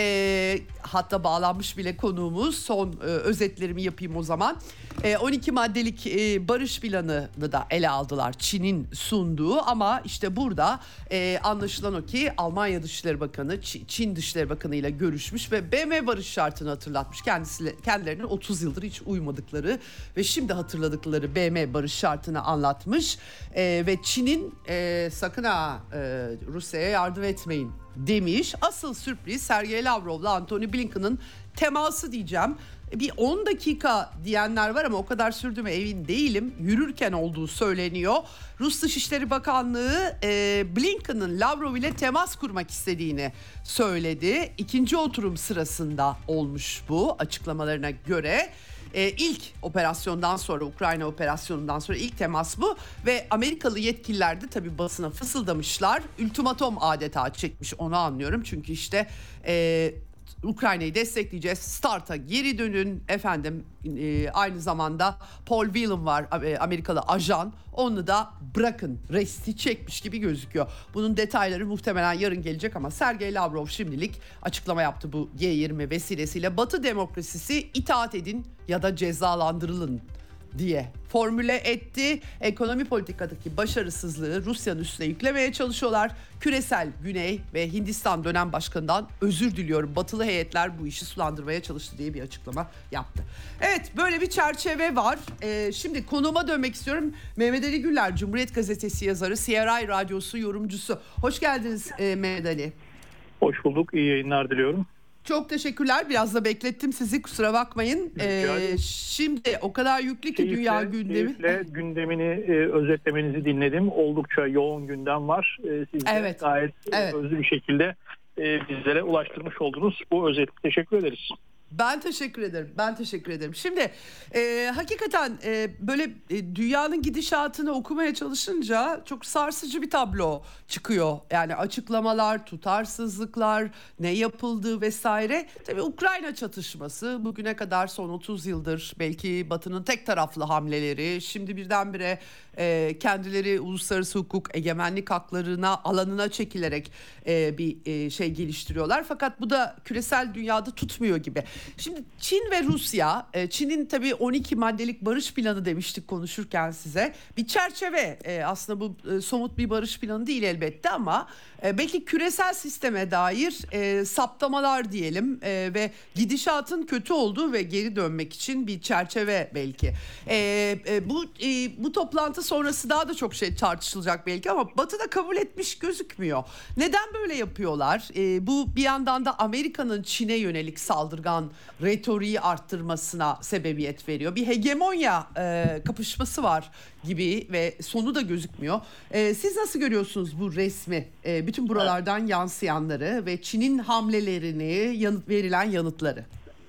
e, hatta bağlanmış bile konuğumuz. Son e, özetlerimi yapayım o zaman. E, on iki maddelik e, barış planını da ele aldılar, Çin'in sunduğu, ama işte burada e, anlaşılan o ki Almanya Dışişleri Bakanı Ç- Çin Dışişleri Bakanı ile görüşmüş ve B M barış şartını hatırlatmış. Kendisi, kendilerinin otuz yıldır hiç uymadıkları ve şimdi hatırladıkları B M barış şartını anlatmış e, ve Çin'in e, sakın ha e, Rusya'ya yardım etmeyin demiş. Asıl sürpriz Sergey Lavrov'la Antony Blinken'ın teması diyeceğim. Bir on dakika diyenler var ama o kadar sürdü mü emin değilim. Yürürken olduğu söyleniyor. Rus Dışişleri Bakanlığı e, Blinken'ın Lavrov ile temas kurmak istediğini söyledi. İkinci oturum sırasında olmuş bu, açıklamalarına göre. Ee, ilk operasyondan sonra, Ukrayna operasyonundan sonra ilk temas bu ve Amerikalı yetkililer de tabii basına fısıldamışlar. Ultimatom adeta çekmiş, onu anlıyorum. Çünkü işte e, Ukrayna'yı destekleyeceğiz, START'a geri dönün efendim. E, aynı zamanda Paul Whelan var, Amerikalı ajan, onu da bırakın, resti çekmiş gibi gözüküyor. Bunun detayları muhtemelen yarın gelecek ama Sergey Lavrov şimdilik açıklama yaptı bu G yirmi vesilesiyle. Batı demokrasisi, itaat edin ya da cezalandırılın diye formüle etti. Ekonomi politikadaki başarısızlığı Rusya'nın üstüne yüklemeye çalışıyorlar. Küresel Güney ve Hindistan dönem başkanından özür diliyorum, batılı heyetler bu işi sulandırmaya çalıştı diye bir açıklama yaptı. Evet, böyle bir çerçeve var. Ee, şimdi konuğuma dönmek istiyorum. Mehmet Ali Güller, Cumhuriyet Gazetesi yazarı, C R I Radyosu yorumcusu. Hoş geldiniz e, Mehmet Ali.
Hoş bulduk, iyi yayınlar diliyorum.
Çok teşekkürler. Biraz da beklettim sizi, kusura bakmayın. Ee, şimdi o kadar yüklü ki
keyifle,
dünya gündemi.
Keyifle gündemini e, özetlemenizi dinledim. Oldukça yoğun gündem var. E, siz de
evet.
gayet
evet.
özlü bir şekilde e, bizlere ulaştırmış oldunuz. Bu özeti teşekkür ederiz.
Ben teşekkür ederim. Ben teşekkür ederim. Şimdi e, hakikaten e, böyle e, dünyanın gidişatını okumaya çalışınca çok sarsıcı bir tablo çıkıyor. Yani açıklamalar, tutarsızlıklar, ne yapıldığı vesaire. Tabii Ukrayna çatışması bugüne kadar son otuz yıldır belki Batı'nın tek taraflı hamleleri, şimdi birdenbire e, kendileri uluslararası hukuk, egemenlik haklarına, alanına çekilerek e, bir e, şey geliştiriyorlar. Fakat bu da küresel dünyada tutmuyor gibi. Şimdi Çin ve Rusya, Çin'in tabii on iki maddelik barış planı demiştik konuşurken size. Bir çerçeve, aslında bu somut bir barış planı değil elbette ama belki küresel sisteme dair saptamalar diyelim ve gidişatın kötü olduğu ve geri dönmek için bir çerçeve belki. Bu bu toplantı sonrası daha da çok şey tartışılacak belki ama Batı da kabul etmiş gözükmüyor. Neden böyle yapıyorlar? Bu bir yandan da Amerika'nın Çin'e yönelik saldırgan retoriği arttırmasına sebebiyet veriyor. Bir hegemonya e, kapışması var gibi ve sonu da gözükmüyor. E, siz nasıl görüyorsunuz bu resmi? E, bütün buralardan evet. yansıyanları ve Çin'in hamlelerini, yanıt verilen yanıtları.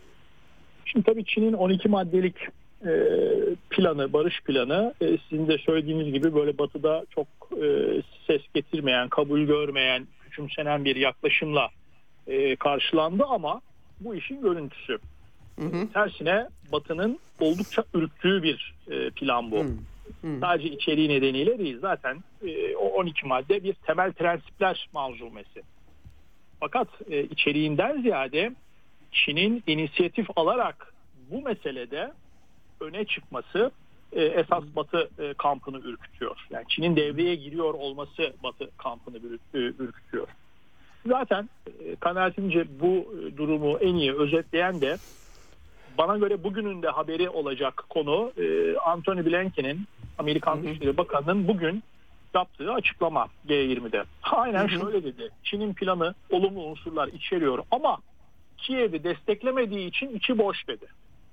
Şimdi tabii Çin'in on iki maddelik e, planı, barış planı e, sizin de söylediğiniz gibi böyle Batı'da çok e, ses getirmeyen, kabul görmeyen, küçümsenen bir yaklaşımla e, karşılandı ama bu işin görüntüsü. Hı hı. Tersine Batı'nın oldukça ürktüğü bir e, plan bu. Hı hı. Sadece içeriği nedeniyle değil. Zaten e, o on iki madde bir temel prensipler manzumesi. Fakat e, içeriğinden ziyade Çin'in inisiyatif alarak bu meselede öne çıkması e, esas Batı e, kampını ürkütüyor. Yani Çin'in devreye giriyor olması Batı kampını ürkütüyor. Zaten e, kanaatimce bu durumu en iyi özetleyen de bana göre bugünün de haberi olacak konu e, Antony Blinken'in, Amerikan Dışişleri Bakanı'nın bugün yaptığı açıklama G yirmide. Aynen hı hı. şöyle dedi. Çin'in planı olumlu unsurlar içeriyor ama Kiev'i desteklemediği için içi boş dedi.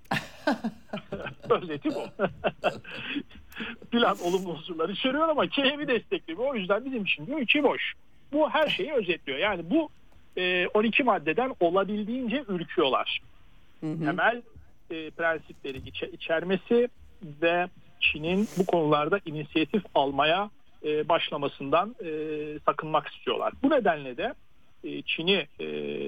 Özeti bu. Plan olumlu unsurlar içeriyor ama Kiev'i desteklemiyor. O yüzden bizim için diyor içi boş. Bu her şeyi özetliyor. Yani bu e, on iki maddeden olabildiğince ürküyorlar.
hı hı.
temel e, prensipleri içe, içermesi ve Çin'in bu konularda inisiyatif almaya e, başlamasından e, sakınmak istiyorlar. Bu nedenle de e, Çin'i e,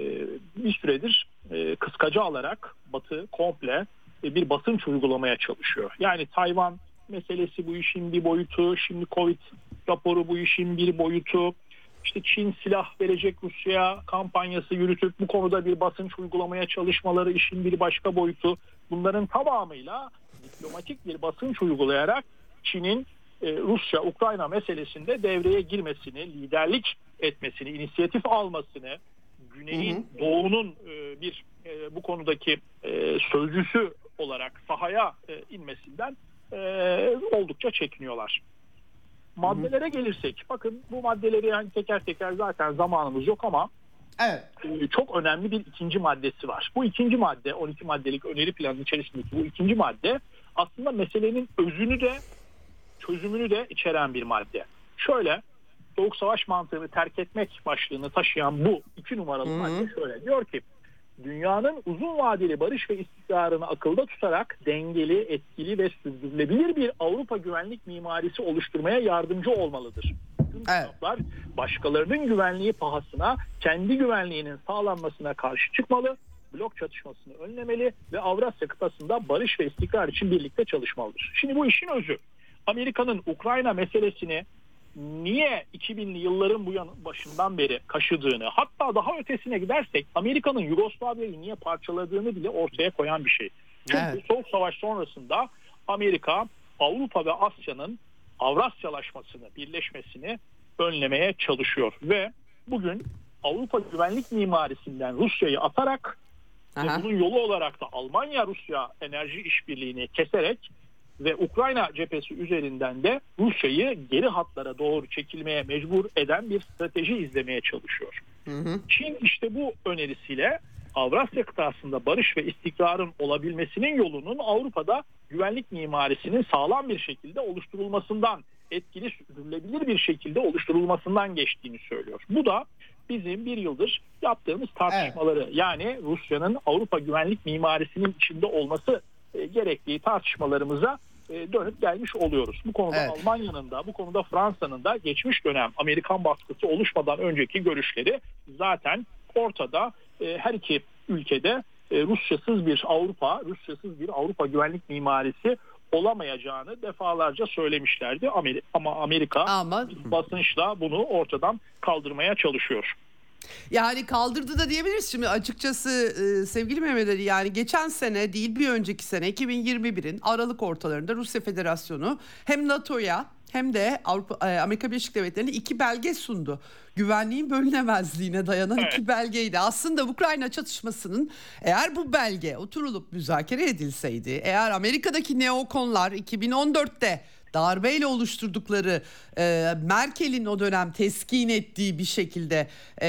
bir süredir e, kıskacı alarak Batı komple e, bir basınç uygulamaya çalışıyor. Yani Tayvan meselesi bu işin bir boyutu, şimdi Covid raporu bu işin bir boyutu. İşte Çin silah verecek Rusya'ya kampanyası yürütüp bu konuda bir basınç uygulamaya çalışmaları işin bir başka boyutu. Bunların tamamıyla diplomatik bir basınç uygulayarak Çin'in e, Rusya-Ukrayna meselesinde devreye girmesini, liderlik etmesini, inisiyatif almasını, Güney'in, hı hı. Doğu'nun e, bir e, bu konudaki e, sözcüsü olarak sahaya e, inmesinden e, oldukça çekiniyorlar. Maddelere gelirsek, bakın bu maddeleri yani teker teker zaten zamanımız yok ama
evet.
çok önemli bir ikinci maddesi var. Bu ikinci madde, on iki maddelik öneri planının içerisindeki bu ikinci madde aslında meselenin özünü de çözümünü de içeren bir madde. Şöyle, Soğuk Savaş mantığını terk etmek başlığını taşıyan bu iki numaralı Hı-hı. madde şöyle diyor ki, dünyanın uzun vadeli barış ve istikrarını akılda tutarak dengeli, etkili ve sürdürülebilir bir Avrupa güvenlik mimarisi oluşturmaya yardımcı olmalıdır. Tüm taraflar evet. başkalarının güvenliği pahasına kendi güvenliğinin sağlanmasına karşı çıkmalı, blok çatışmasını önlemeli ve Avrasya kıtasında barış ve istikrar için birlikte çalışmalıdır. Şimdi bu işin özü. Amerika'nın Ukrayna meselesini niye iki binli yılların bu başından beri kaşıdığını, hatta daha ötesine gidersek Amerika'nın Yugoslavya'yı niye parçaladığını bile ortaya koyan bir şey. Çünkü evet. Soğuk Savaş sonrasında Amerika Avrupa ve Asya'nın Avrasyalaşmasını, birleşmesini önlemeye çalışıyor ve bugün Avrupa güvenlik mimarisinden Rusya'yı atarak Aha. ve bunun yolu olarak da Almanya-Rusya enerji işbirliğini keserek ve Ukrayna cephesi üzerinden de Rusya'yı geri hatlara doğru çekilmeye mecbur eden bir strateji izlemeye çalışıyor. Hı hı. Çin işte bu önerisiyle Avrasya kıtasında barış ve istikrarın olabilmesinin yolunun Avrupa'da güvenlik mimarisinin sağlam bir şekilde oluşturulmasından, etkili sürdürülebilir bir şekilde oluşturulmasından geçtiğini söylüyor. Bu da bizim bir yıldır yaptığımız tartışmaları evet. yani Rusya'nın Avrupa güvenlik mimarisinin içinde olması e, gerektiği tartışmalarımıza e, dönüp gelmiş oluyoruz. Bu konuda evet. Almanya'nın da bu konuda Fransa'nın da geçmiş dönem Amerikan baskısı oluşmadan önceki görüşleri zaten ortada. E, her iki ülkede e, Rusyasız bir Avrupa, Rusyasız bir Avrupa güvenlik mimarisi olamayacağını defalarca söylemişlerdi. Amerika, ama Amerika ama... basınçla bunu ortadan kaldırmaya çalışıyor.
Yani kaldırdı da diyebiliriz şimdi açıkçası e, sevgili Mehmet Ali, yani geçen sene değil bir önceki sene iki bin yirmi birin Aralık ortalarında Rusya Federasyonu hem NATO'ya hem de Avrupa, e, Amerika Birleşik Devletleri'ne iki belge sundu. Güvenliğin bölünemezliğine dayanan evet. iki belgeydi. Aslında Ukrayna çatışmasının eğer bu belge oturulup müzakere edilseydi, eğer Amerika'daki neokonlar iki bin on dörtte darbeyle oluşturdukları e, Merkel'in o dönem teskin ettiği bir şekilde e,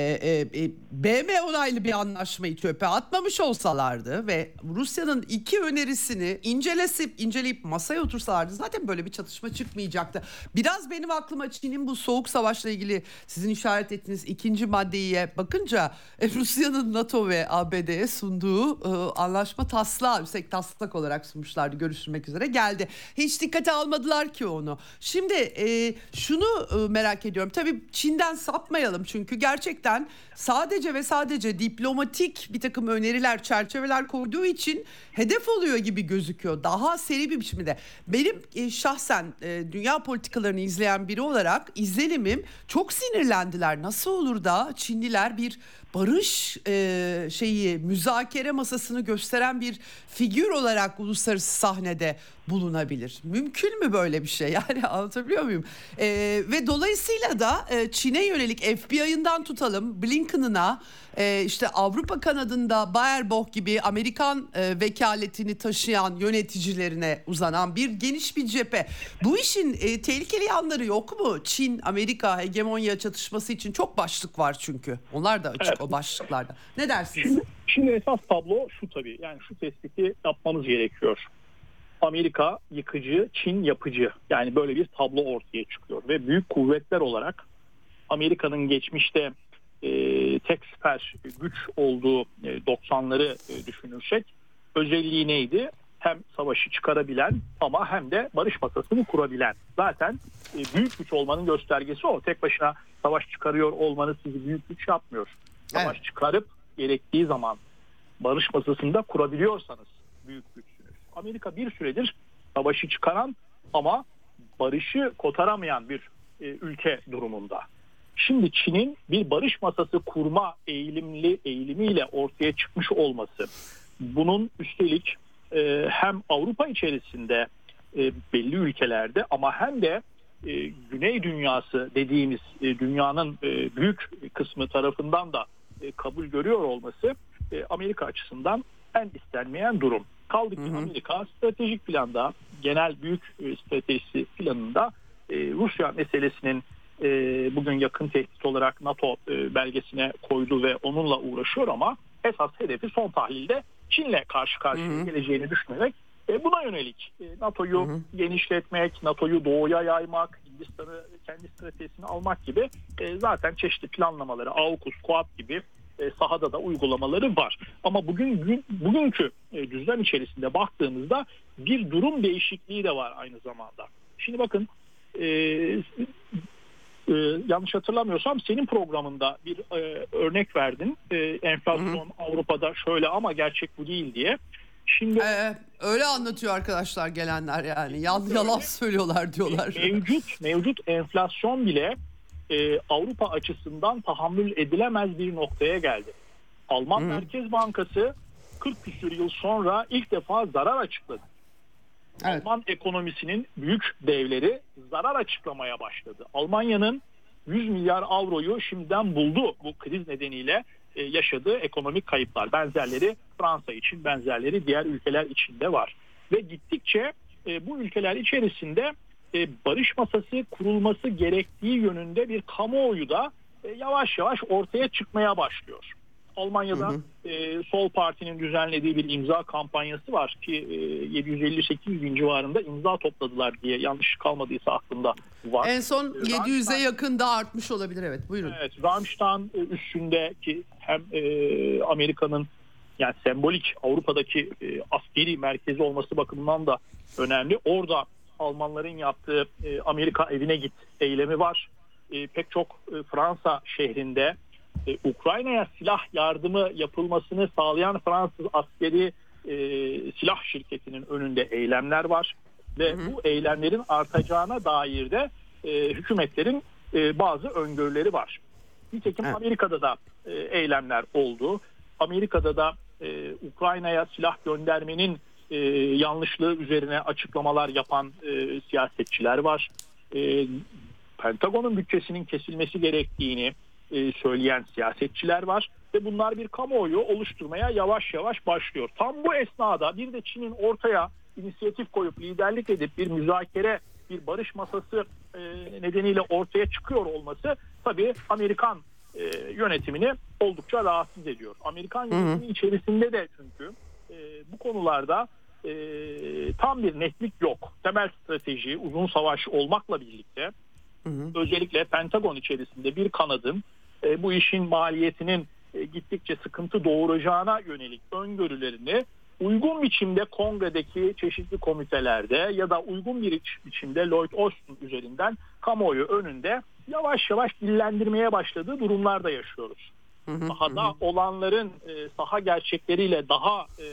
e, B M onaylı bir anlaşmayı çöpe atmamış olsalardı ve Rusya'nın iki önerisini incelesip inceleyip masaya otursalardı zaten böyle bir çatışma çıkmayacaktı. Biraz benim aklıma Çin'in bu soğuk savaşla ilgili sizin işaret ettiğiniz ikinci maddeye bakınca e, Rusya'nın NATO ve A B D'ye sunduğu e, anlaşma taslağı, üstelik taslak olarak sunmuşlardı, görüşülmek üzere geldi. Hiç dikkate almadılar ki onu. Şimdi e, şunu e, merak ediyorum. Tabii Çin'den sapmayalım çünkü gerçekten sadece ve sadece diplomatik bir takım öneriler, çerçeveler koyduğu için hedef oluyor gibi gözüküyor. Daha seri bir biçimde. Benim e, şahsen e, dünya politikalarını izleyen biri olarak izlenimim, çok sinirlendiler. Nasıl olur da Çinliler bir barış e, şeyi müzakere masasını gösteren bir figür olarak uluslararası sahnede bulunabilir? Mümkün mü böyle bir şey? Yani anlatabiliyor muyum? E, ve dolayısıyla da e, Çin'e yönelik F B I'ından tutalım Blinken'ına, e, işte Avrupa kanadında Baerbock gibi Amerikan e, vekaletini taşıyan yöneticilerine uzanan bir geniş bir cephe. Bu işin e, tehlikeli yanları yok mu? Çin, Amerika hegemonya çatışması için çok başlık var çünkü. Onlar da açık evet. o başlıklarda. Ne dersiniz?
Şimdi, şimdi esas tablo şu tabii. Yani şu tespiti yapmamız gerekiyor. Amerika yıkıcı, Çin yapıcı. Yani böyle bir tablo ortaya çıkıyor. Ve büyük kuvvetler olarak Amerika'nın geçmişte e, tek süper güç olduğu e, doksanları e, düşünürsek özelliği neydi? Hem savaşı çıkarabilen ama hem de barış masasını kurabilen. Zaten e, büyük güç olmanın göstergesi o. Tek başına savaş çıkarıyor olmanız sizi büyük güç yapmıyor. Savaş evet. çıkarıp gerektiği zaman barış masasında kurabiliyorsanız büyük güçsünüz. Amerika bir süredir savaşı çıkaran ama barışı kotaramayan bir e, ülke durumunda. Şimdi Çin'in bir barış masası kurma eğilimli eğilimiyle ortaya çıkmış olması, bunun üstelik e, hem Avrupa içerisinde e, belli ülkelerde ama hem de e, Güney dünyası dediğimiz e, dünyanın e, büyük kısmı tarafından da e, kabul görüyor olması e, Amerika açısından en istenmeyen durum. Kaldı ki Amerika stratejik planda, genel büyük e, stratejisi planında e, Rusya meselesinin e, bugün yakın tehdit olarak NATO e, belgesine koydu ve onunla uğraşıyor ama esas hedefi son tahlilde Çin'le karşı karşıya hı hı. geleceğini düşünerek e, buna yönelik e, NATO'yu hı hı. genişletmek, NATO'yu doğuya yaymak, Hindistan'ı kendi stratejisine almak gibi e, zaten çeşitli planlamaları, AUKUS, Quad gibi e, sahada da uygulamaları var. Ama bugün bugünkü e, düzlem içerisinde baktığımızda bir durum değişikliği de var aynı zamanda. Şimdi bakın e, e, yanlış hatırlamıyorsam senin programında bir e, örnek verdin. E, enflasyon hı hı. Avrupa'da şöyle ama gerçek bu değil diye. Şimdi
ee, öyle anlatıyor arkadaşlar gelenler yani. Yalan, yalan söylüyorlar diyorlar.
Mevcut mevcut enflasyon bile e, Avrupa açısından tahammül edilemez bir noktaya geldi. Alman Hı. Merkez Bankası kırk küsur yıl sonra ilk defa zarar açıkladı. Evet. Alman ekonomisinin büyük devleri zarar açıklamaya başladı. Almanya'nın yüz milyar avroyu şimdiden buldu bu kriz nedeniyle e, yaşadığı ekonomik kayıplar. Benzerleri Fransa için, benzerleri diğer ülkeler için de var. Ve gittikçe e, bu ülkeler içerisinde e, barış masası kurulması gerektiği yönünde bir kamuoyu da e, yavaş yavaş ortaya çıkmaya başlıyor. Almanya'da hı hı. E, Sol Parti'nin düzenlediği bir imza kampanyası var ki e, yedi yüz elli sekiz bin civarında imza topladılar diye, yanlış kalmadıysa aklımda var.
En son yedi yüze yakın da artmış olabilir, evet buyurun.
Evet, Ramstein üstündeki hem e, Amerika'nın yani sembolik Avrupa'daki e, askeri merkezi olması bakımından da önemli. Orada Almanların yaptığı e, Amerika evine git eylemi var. E, pek çok e, Fransa şehrinde e, Ukrayna'ya silah yardımı yapılmasını sağlayan Fransız askeri e, silah şirketinin önünde eylemler var. Ve hı hı. bu eylemlerin artacağına dair de e, hükümetlerin e, bazı öngörüleri var. Nitekim evet. Amerika'da da e, eylemler oldu. Amerika'da da e, Ukrayna'ya silah göndermenin e, yanlışlığı üzerine açıklamalar yapan e, siyasetçiler var. E, Pentagon'un bütçesinin kesilmesi gerektiğini e, söyleyen siyasetçiler var. Ve bunlar bir kamuoyu oluşturmaya yavaş yavaş başlıyor. Tam bu esnada bir de Çin'in ortaya inisiyatif koyup liderlik edip bir müzakere, bir barış masası e, nedeniyle ortaya çıkıyor olması tabii Amerikan e, yönetimini oldukça rahatsız ediyor. Amerikan yönetimi hı hı. içerisinde de çünkü e, bu konularda e, tam bir netlik yok. Temel strateji, uzun savaş olmakla birlikte hı hı. özellikle Pentagon içerisinde bir kanadın e, bu işin maliyetinin e, gittikçe sıkıntı doğuracağına yönelik öngörülerini uygun biçimde kongredeki çeşitli komitelerde ya da uygun bir biçimde Lloyd Austin üzerinden kamuoyu önünde yavaş yavaş dillendirmeye başladığı durumlarda yaşıyoruz. Hı hı, Sahada hı. olanların e, saha gerçekleriyle daha e,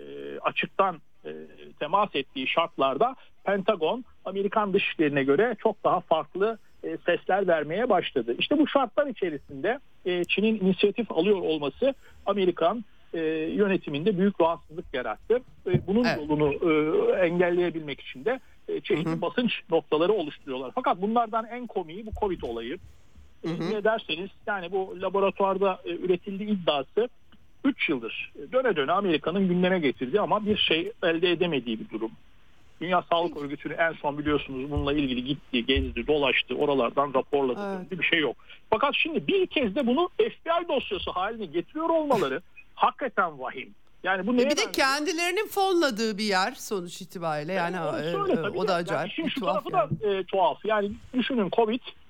açıktan e, temas ettiği şartlarda Pentagon Amerikan dışişlerine göre çok daha farklı e, sesler vermeye başladı. İşte bu şartlar içerisinde e, Çin'in inisiyatif alıyor olması Amerikan E, yönetiminde büyük rahatsızlık yarattı. E, bunun evet. yolunu e, engelleyebilmek için de e, çeşitli hı hı. basınç noktaları oluşturuyorlar. Fakat bunlardan en komiği bu Covid olayı. Hı hı. E, ne derseniz yani bu laboratuvarda e, üretildiği iddiası üç yıldır döne döne Amerika'nın gündeme getirdiği ama bir şey elde edemediği bir durum. Dünya Sağlık Örgütü'nü en son biliyorsunuz bununla ilgili gitti, gezdi, dolaştı, oralardan raporladı. Evet. Bir şey yok. Fakat şimdi bir kez de bunu F B I dosyası haline getiriyor olmaları hakikaten vahim. Yani bu
neye bir de benziyor? Kendilerinin fonladığı bir yer sonuç itibariyle yani, yani e, e, o da acayip.
Yani şimdi şu tarafı yani. da e, tuhaf. Yani düşünün Covid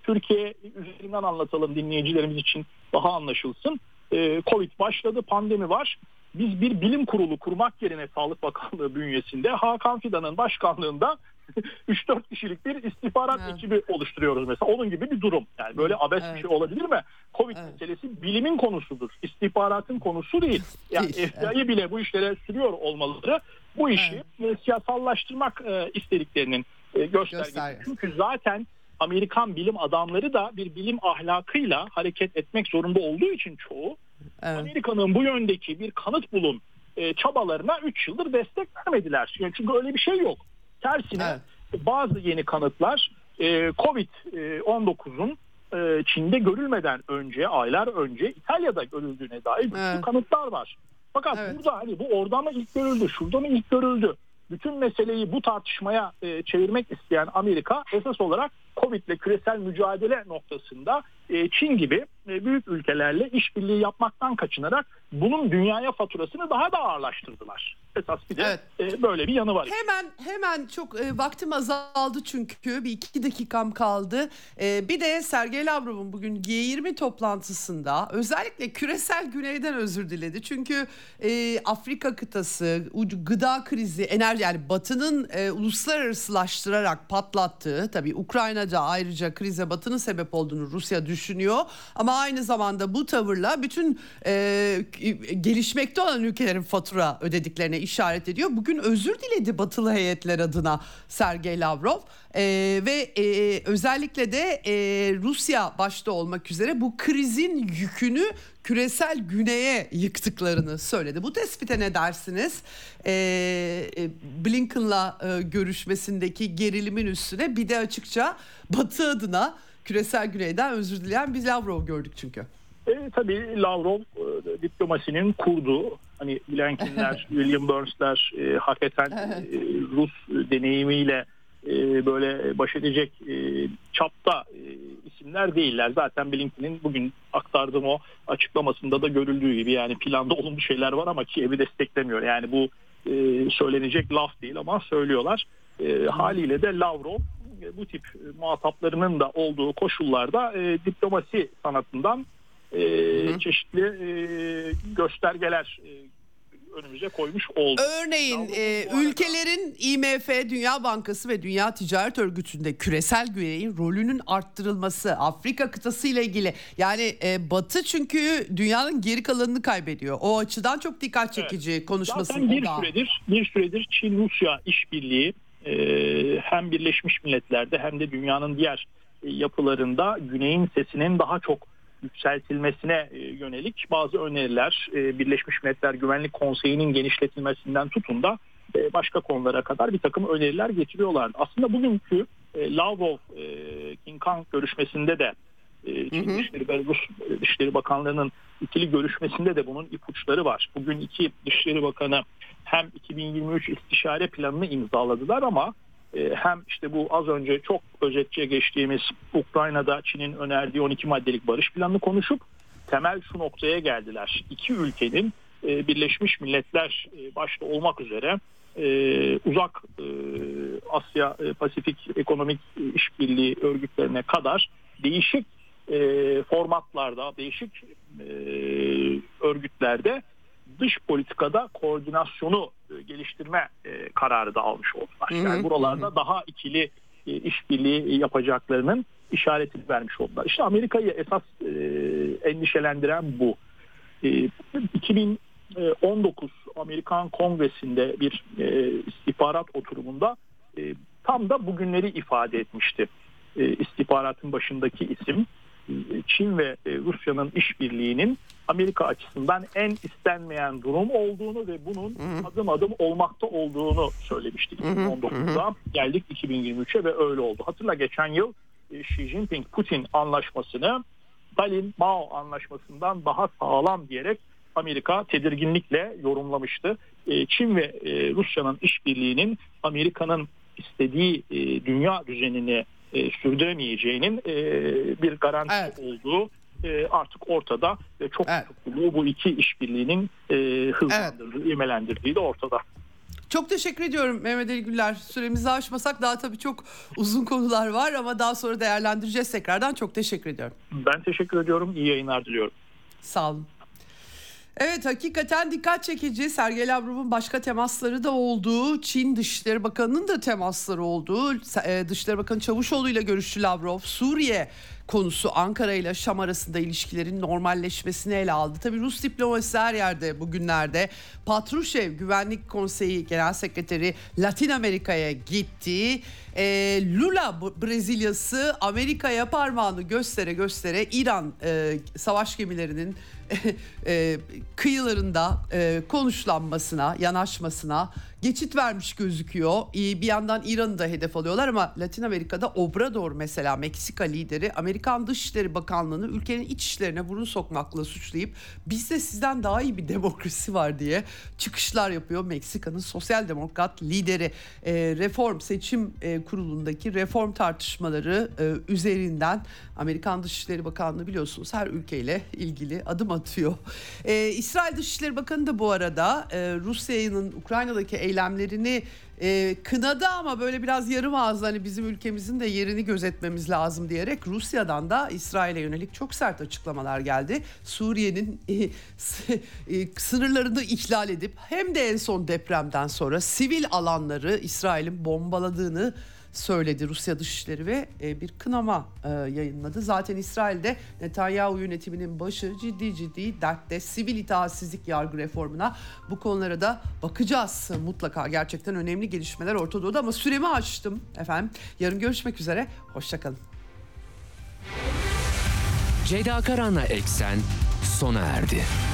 Türkiye üzerinden anlatalım dinleyicilerimiz için daha anlaşılsın. E, Covid başladı, pandemi var. Biz bir bilim kurulu kurmak yerine Sağlık Bakanlığı bünyesinde Hakan Fidan'ın başkanlığında üç dört kişilik bir istihbarat evet. ekibi oluşturuyoruz mesela. Onun gibi bir durum. Yani böyle abes evet. bir şey olabilir mi? Covid evet. meselesi bilimin konusudur. İstihbaratın konusu değil. Yani F B I evet. bile bu işlere sürüyor olmaları bu işi evet. siyasallaştırmak e, istediklerinin e, göstergesi. Gösterge. Çünkü zaten Amerikan bilim adamları da bir bilim ahlakıyla hareket etmek zorunda olduğu için çoğu evet. Amerika'nın bu yöndeki bir kanıt bulun e, çabalarına üç yıldır destek vermediler. Yani çünkü öyle bir şey yok. Tersine evet. bazı yeni kanıtlar e, Covid on dokuzun e, Çin'de görülmeden önce, aylar önce İtalya'da görüldüğüne dair evet. kanıtlar var. Fakat evet. burada hani bu orada mı ilk görüldü, şurada mı ilk görüldü? Bütün meseleyi bu tartışmaya e, çevirmek isteyen Amerika esas olarak Covid'le küresel mücadele noktasında e, Çin gibi e, büyük ülkelerle işbirliği yapmaktan kaçınarak bunun dünyaya faturasını daha da ağırlaştırdılar. Esas bir de evet. e, böyle bir yanı var.
Hemen hemen çok e, vaktim azaldı çünkü bir iki dakikam kaldı. E, bir de Sergey Lavrov'un bugün G yirmi toplantısında özellikle küresel güneyden özür diledi. Çünkü e, Afrika kıtası, gıda krizi, enerji yani Batı'nın e, uluslararasılaştırarak patlattığı, tabii Ukrayna'da ayrıca krize Batı'nın sebep olduğunu Rusya düşünüyor. Ama aynı zamanda bu tavırla bütün e, gelişmekte olan ülkelerin fatura ödediklerine işaret ediyor. Bugün özür diledi Batılı heyetler adına Sergey Lavrov e, ve e, özellikle de e, Rusya başta olmak üzere bu krizin yükünü küresel güneye yıktıklarını söyledi. Bu tespite ne dersiniz? E, Blinken'la e, görüşmesindeki gerilimin üstüne bir de açıkça Batı adına küresel güneyden özür dileyen bir Lavrov gördük çünkü.
E, tabii Lavrov e, diplomasinin kurduğu, hani Blinken'ler, William Burns'ler e, hakikaten e, Rus deneyimiyle e, böyle baş edecek e, çapta e, isimler değiller. Zaten Blinken'in bugün aktardığım o açıklamasında da görüldüğü gibi yani planda olumlu şeyler var ama Kiev'i desteklemiyor. Yani bu e, söylenecek laf değil ama söylüyorlar. E, haliyle de Lavrov bu tip muhataplarının da olduğu koşullarda e, diplomasi sanatından e, çeşitli e, göstergeler e, önümüze koymuş oldu.
Örneğin e, ülkelerin I M F, Dünya Bankası ve Dünya Ticaret Örgütü'nde küresel güneyin rolünün arttırılması, Afrika kıtası ile ilgili yani e, Batı çünkü dünyanın geri kalanını kaybediyor. O açıdan çok dikkat çekici evet. konuşması.
Zaten bir süredir, bir süredir Çin-Rusya işbirliği e, hem Birleşmiş Milletler'de hem de dünyanın diğer e, yapılarında güneyin sesinin daha çok yükseltilmesine yönelik bazı öneriler Birleşmiş Milletler Güvenlik Konseyi'nin genişletilmesinden tutun da başka konulara kadar bir takım öneriler getiriyorlar. Aslında bugünkü Lavrov-King Kang görüşmesinde de Çin Dışişleri ve Rus Dışişleri Bakanlığı'nın ikili görüşmesinde de bunun ipuçları var. Bugün iki Dışişleri Bakanı hem iki bin yirmi üç istişare planını imzaladılar ama hem işte bu az önce çok özetçe geçtiğimiz Ukrayna'da Çin'in önerdiği on iki maddelik barış planını konuşup temel şu noktaya geldiler. İki ülkenin Birleşmiş Milletler başta olmak üzere uzak Asya Pasifik Ekonomik İşbirliği örgütlerine kadar değişik formatlarda, değişik örgütlerde dış politikada koordinasyonu geliştirme e, kararı da almış oldular. Yani buralarda hı hı. daha ikili e, işbirliği yapacaklarının işaretini vermiş oldular. İşte Amerika'yı esas e, endişelendiren bu. E, iki bin on dokuz Amerikan Kongresi'nde bir e, istihbarat oturumunda e, tam da bugünleri ifade etmişti. E, istihbaratın başındaki isim Çin ve Rusya'nın işbirliğinin Amerika açısından en istenmeyen durum olduğunu ve bunun hı hı. adım adım olmakta olduğunu söylemiştik. iki bin on dokuzda hı hı. geldik iki bin yirmi üçe ve öyle oldu. Hatırla geçen yıl Xi Jinping-Putin anlaşmasını Stalin-Mao anlaşmasından daha sağlam diyerek Amerika tedirginlikle yorumlamıştı. Çin ve Rusya'nın işbirliğinin Amerika'nın istediği dünya düzenini E, sürdüremeyeceğinin e, bir garantisi evet. olduğu e, artık ortada ve çok evet. tutkulu bu iki işbirliğinin e, hızlandırdığı, evet. imelendirdiği de ortada.
Çok teşekkür ediyorum Mehmet Ali Güller. Süremizi aşmasak daha tabii çok uzun konular var ama daha sonra değerlendireceğiz tekrardan. Çok teşekkür ediyorum.
Ben teşekkür ediyorum. İyi yayınlar diliyorum.
Sağ olun. Evet, hakikaten dikkat çekici. Sergey Lavrov'un başka temasları da olduğu, Çin Dışişleri Bakanı'nın da temasları olduğu, Dışişleri Bakanı Çavuşoğlu ile görüştü Lavrov. Suriye konusu, Ankara ile Şam arasında ilişkilerin normalleşmesini ele aldı. Tabii Rus diplomasisi her yerde bugünlerde. Patrushev Güvenlik Konseyi Genel Sekreteri Latin Amerika'ya gitti. E, Lula Brezilyası Amerika'ya parmağını göstere göstere İran e, savaş gemilerinin e, kıyılarında e, konuşlanmasına, yanaşmasına geçit vermiş gözüküyor. Bir yandan İran'ı da hedef alıyorlar ama Latin Amerika'da Obrador mesela, Meksika lideri, Amerikan Dışişleri Bakanlığı'nı ülkenin iç işlerine burun sokmakla suçlayıp bizde sizden daha iyi bir demokrasi var diye çıkışlar yapıyor. Meksika'nın sosyal demokrat lideri e, reform seçim e, kurulundaki reform tartışmaları e, üzerinden Amerikan Dışişleri Bakanlığı biliyorsunuz her ülkeyle ilgili adım atıyor. E, İsrail Dışişleri Bakanı da bu arada e, Rusya'nın Ukrayna'daki eylemlerini e, kınadı ama böyle biraz yarım ağızlı, hani bizim ülkemizin de yerini gözetmemiz lazım diyerek Rusya'dan da İsrail'e yönelik çok sert açıklamalar geldi. Suriye'nin e, e, sınırlarını ihlal edip hem de en son depremden sonra sivil alanları İsrail'in bombaladığını söyledi Rusya Dışişleri ve e, bir kınama e, yayınladı. Zaten İsrail'de Netanyahu yönetiminin başı ciddi ciddi dertte, sivil itaatsizlik yargı reformuna, bu konulara da bakacağız. Mutlaka gerçekten önemli gelişmeler Orta Doğu'da ama süremi açtım efendim. Yarın görüşmek üzere. Hoşçakalın.
Ceyda Karan'la Eksen sona erdi.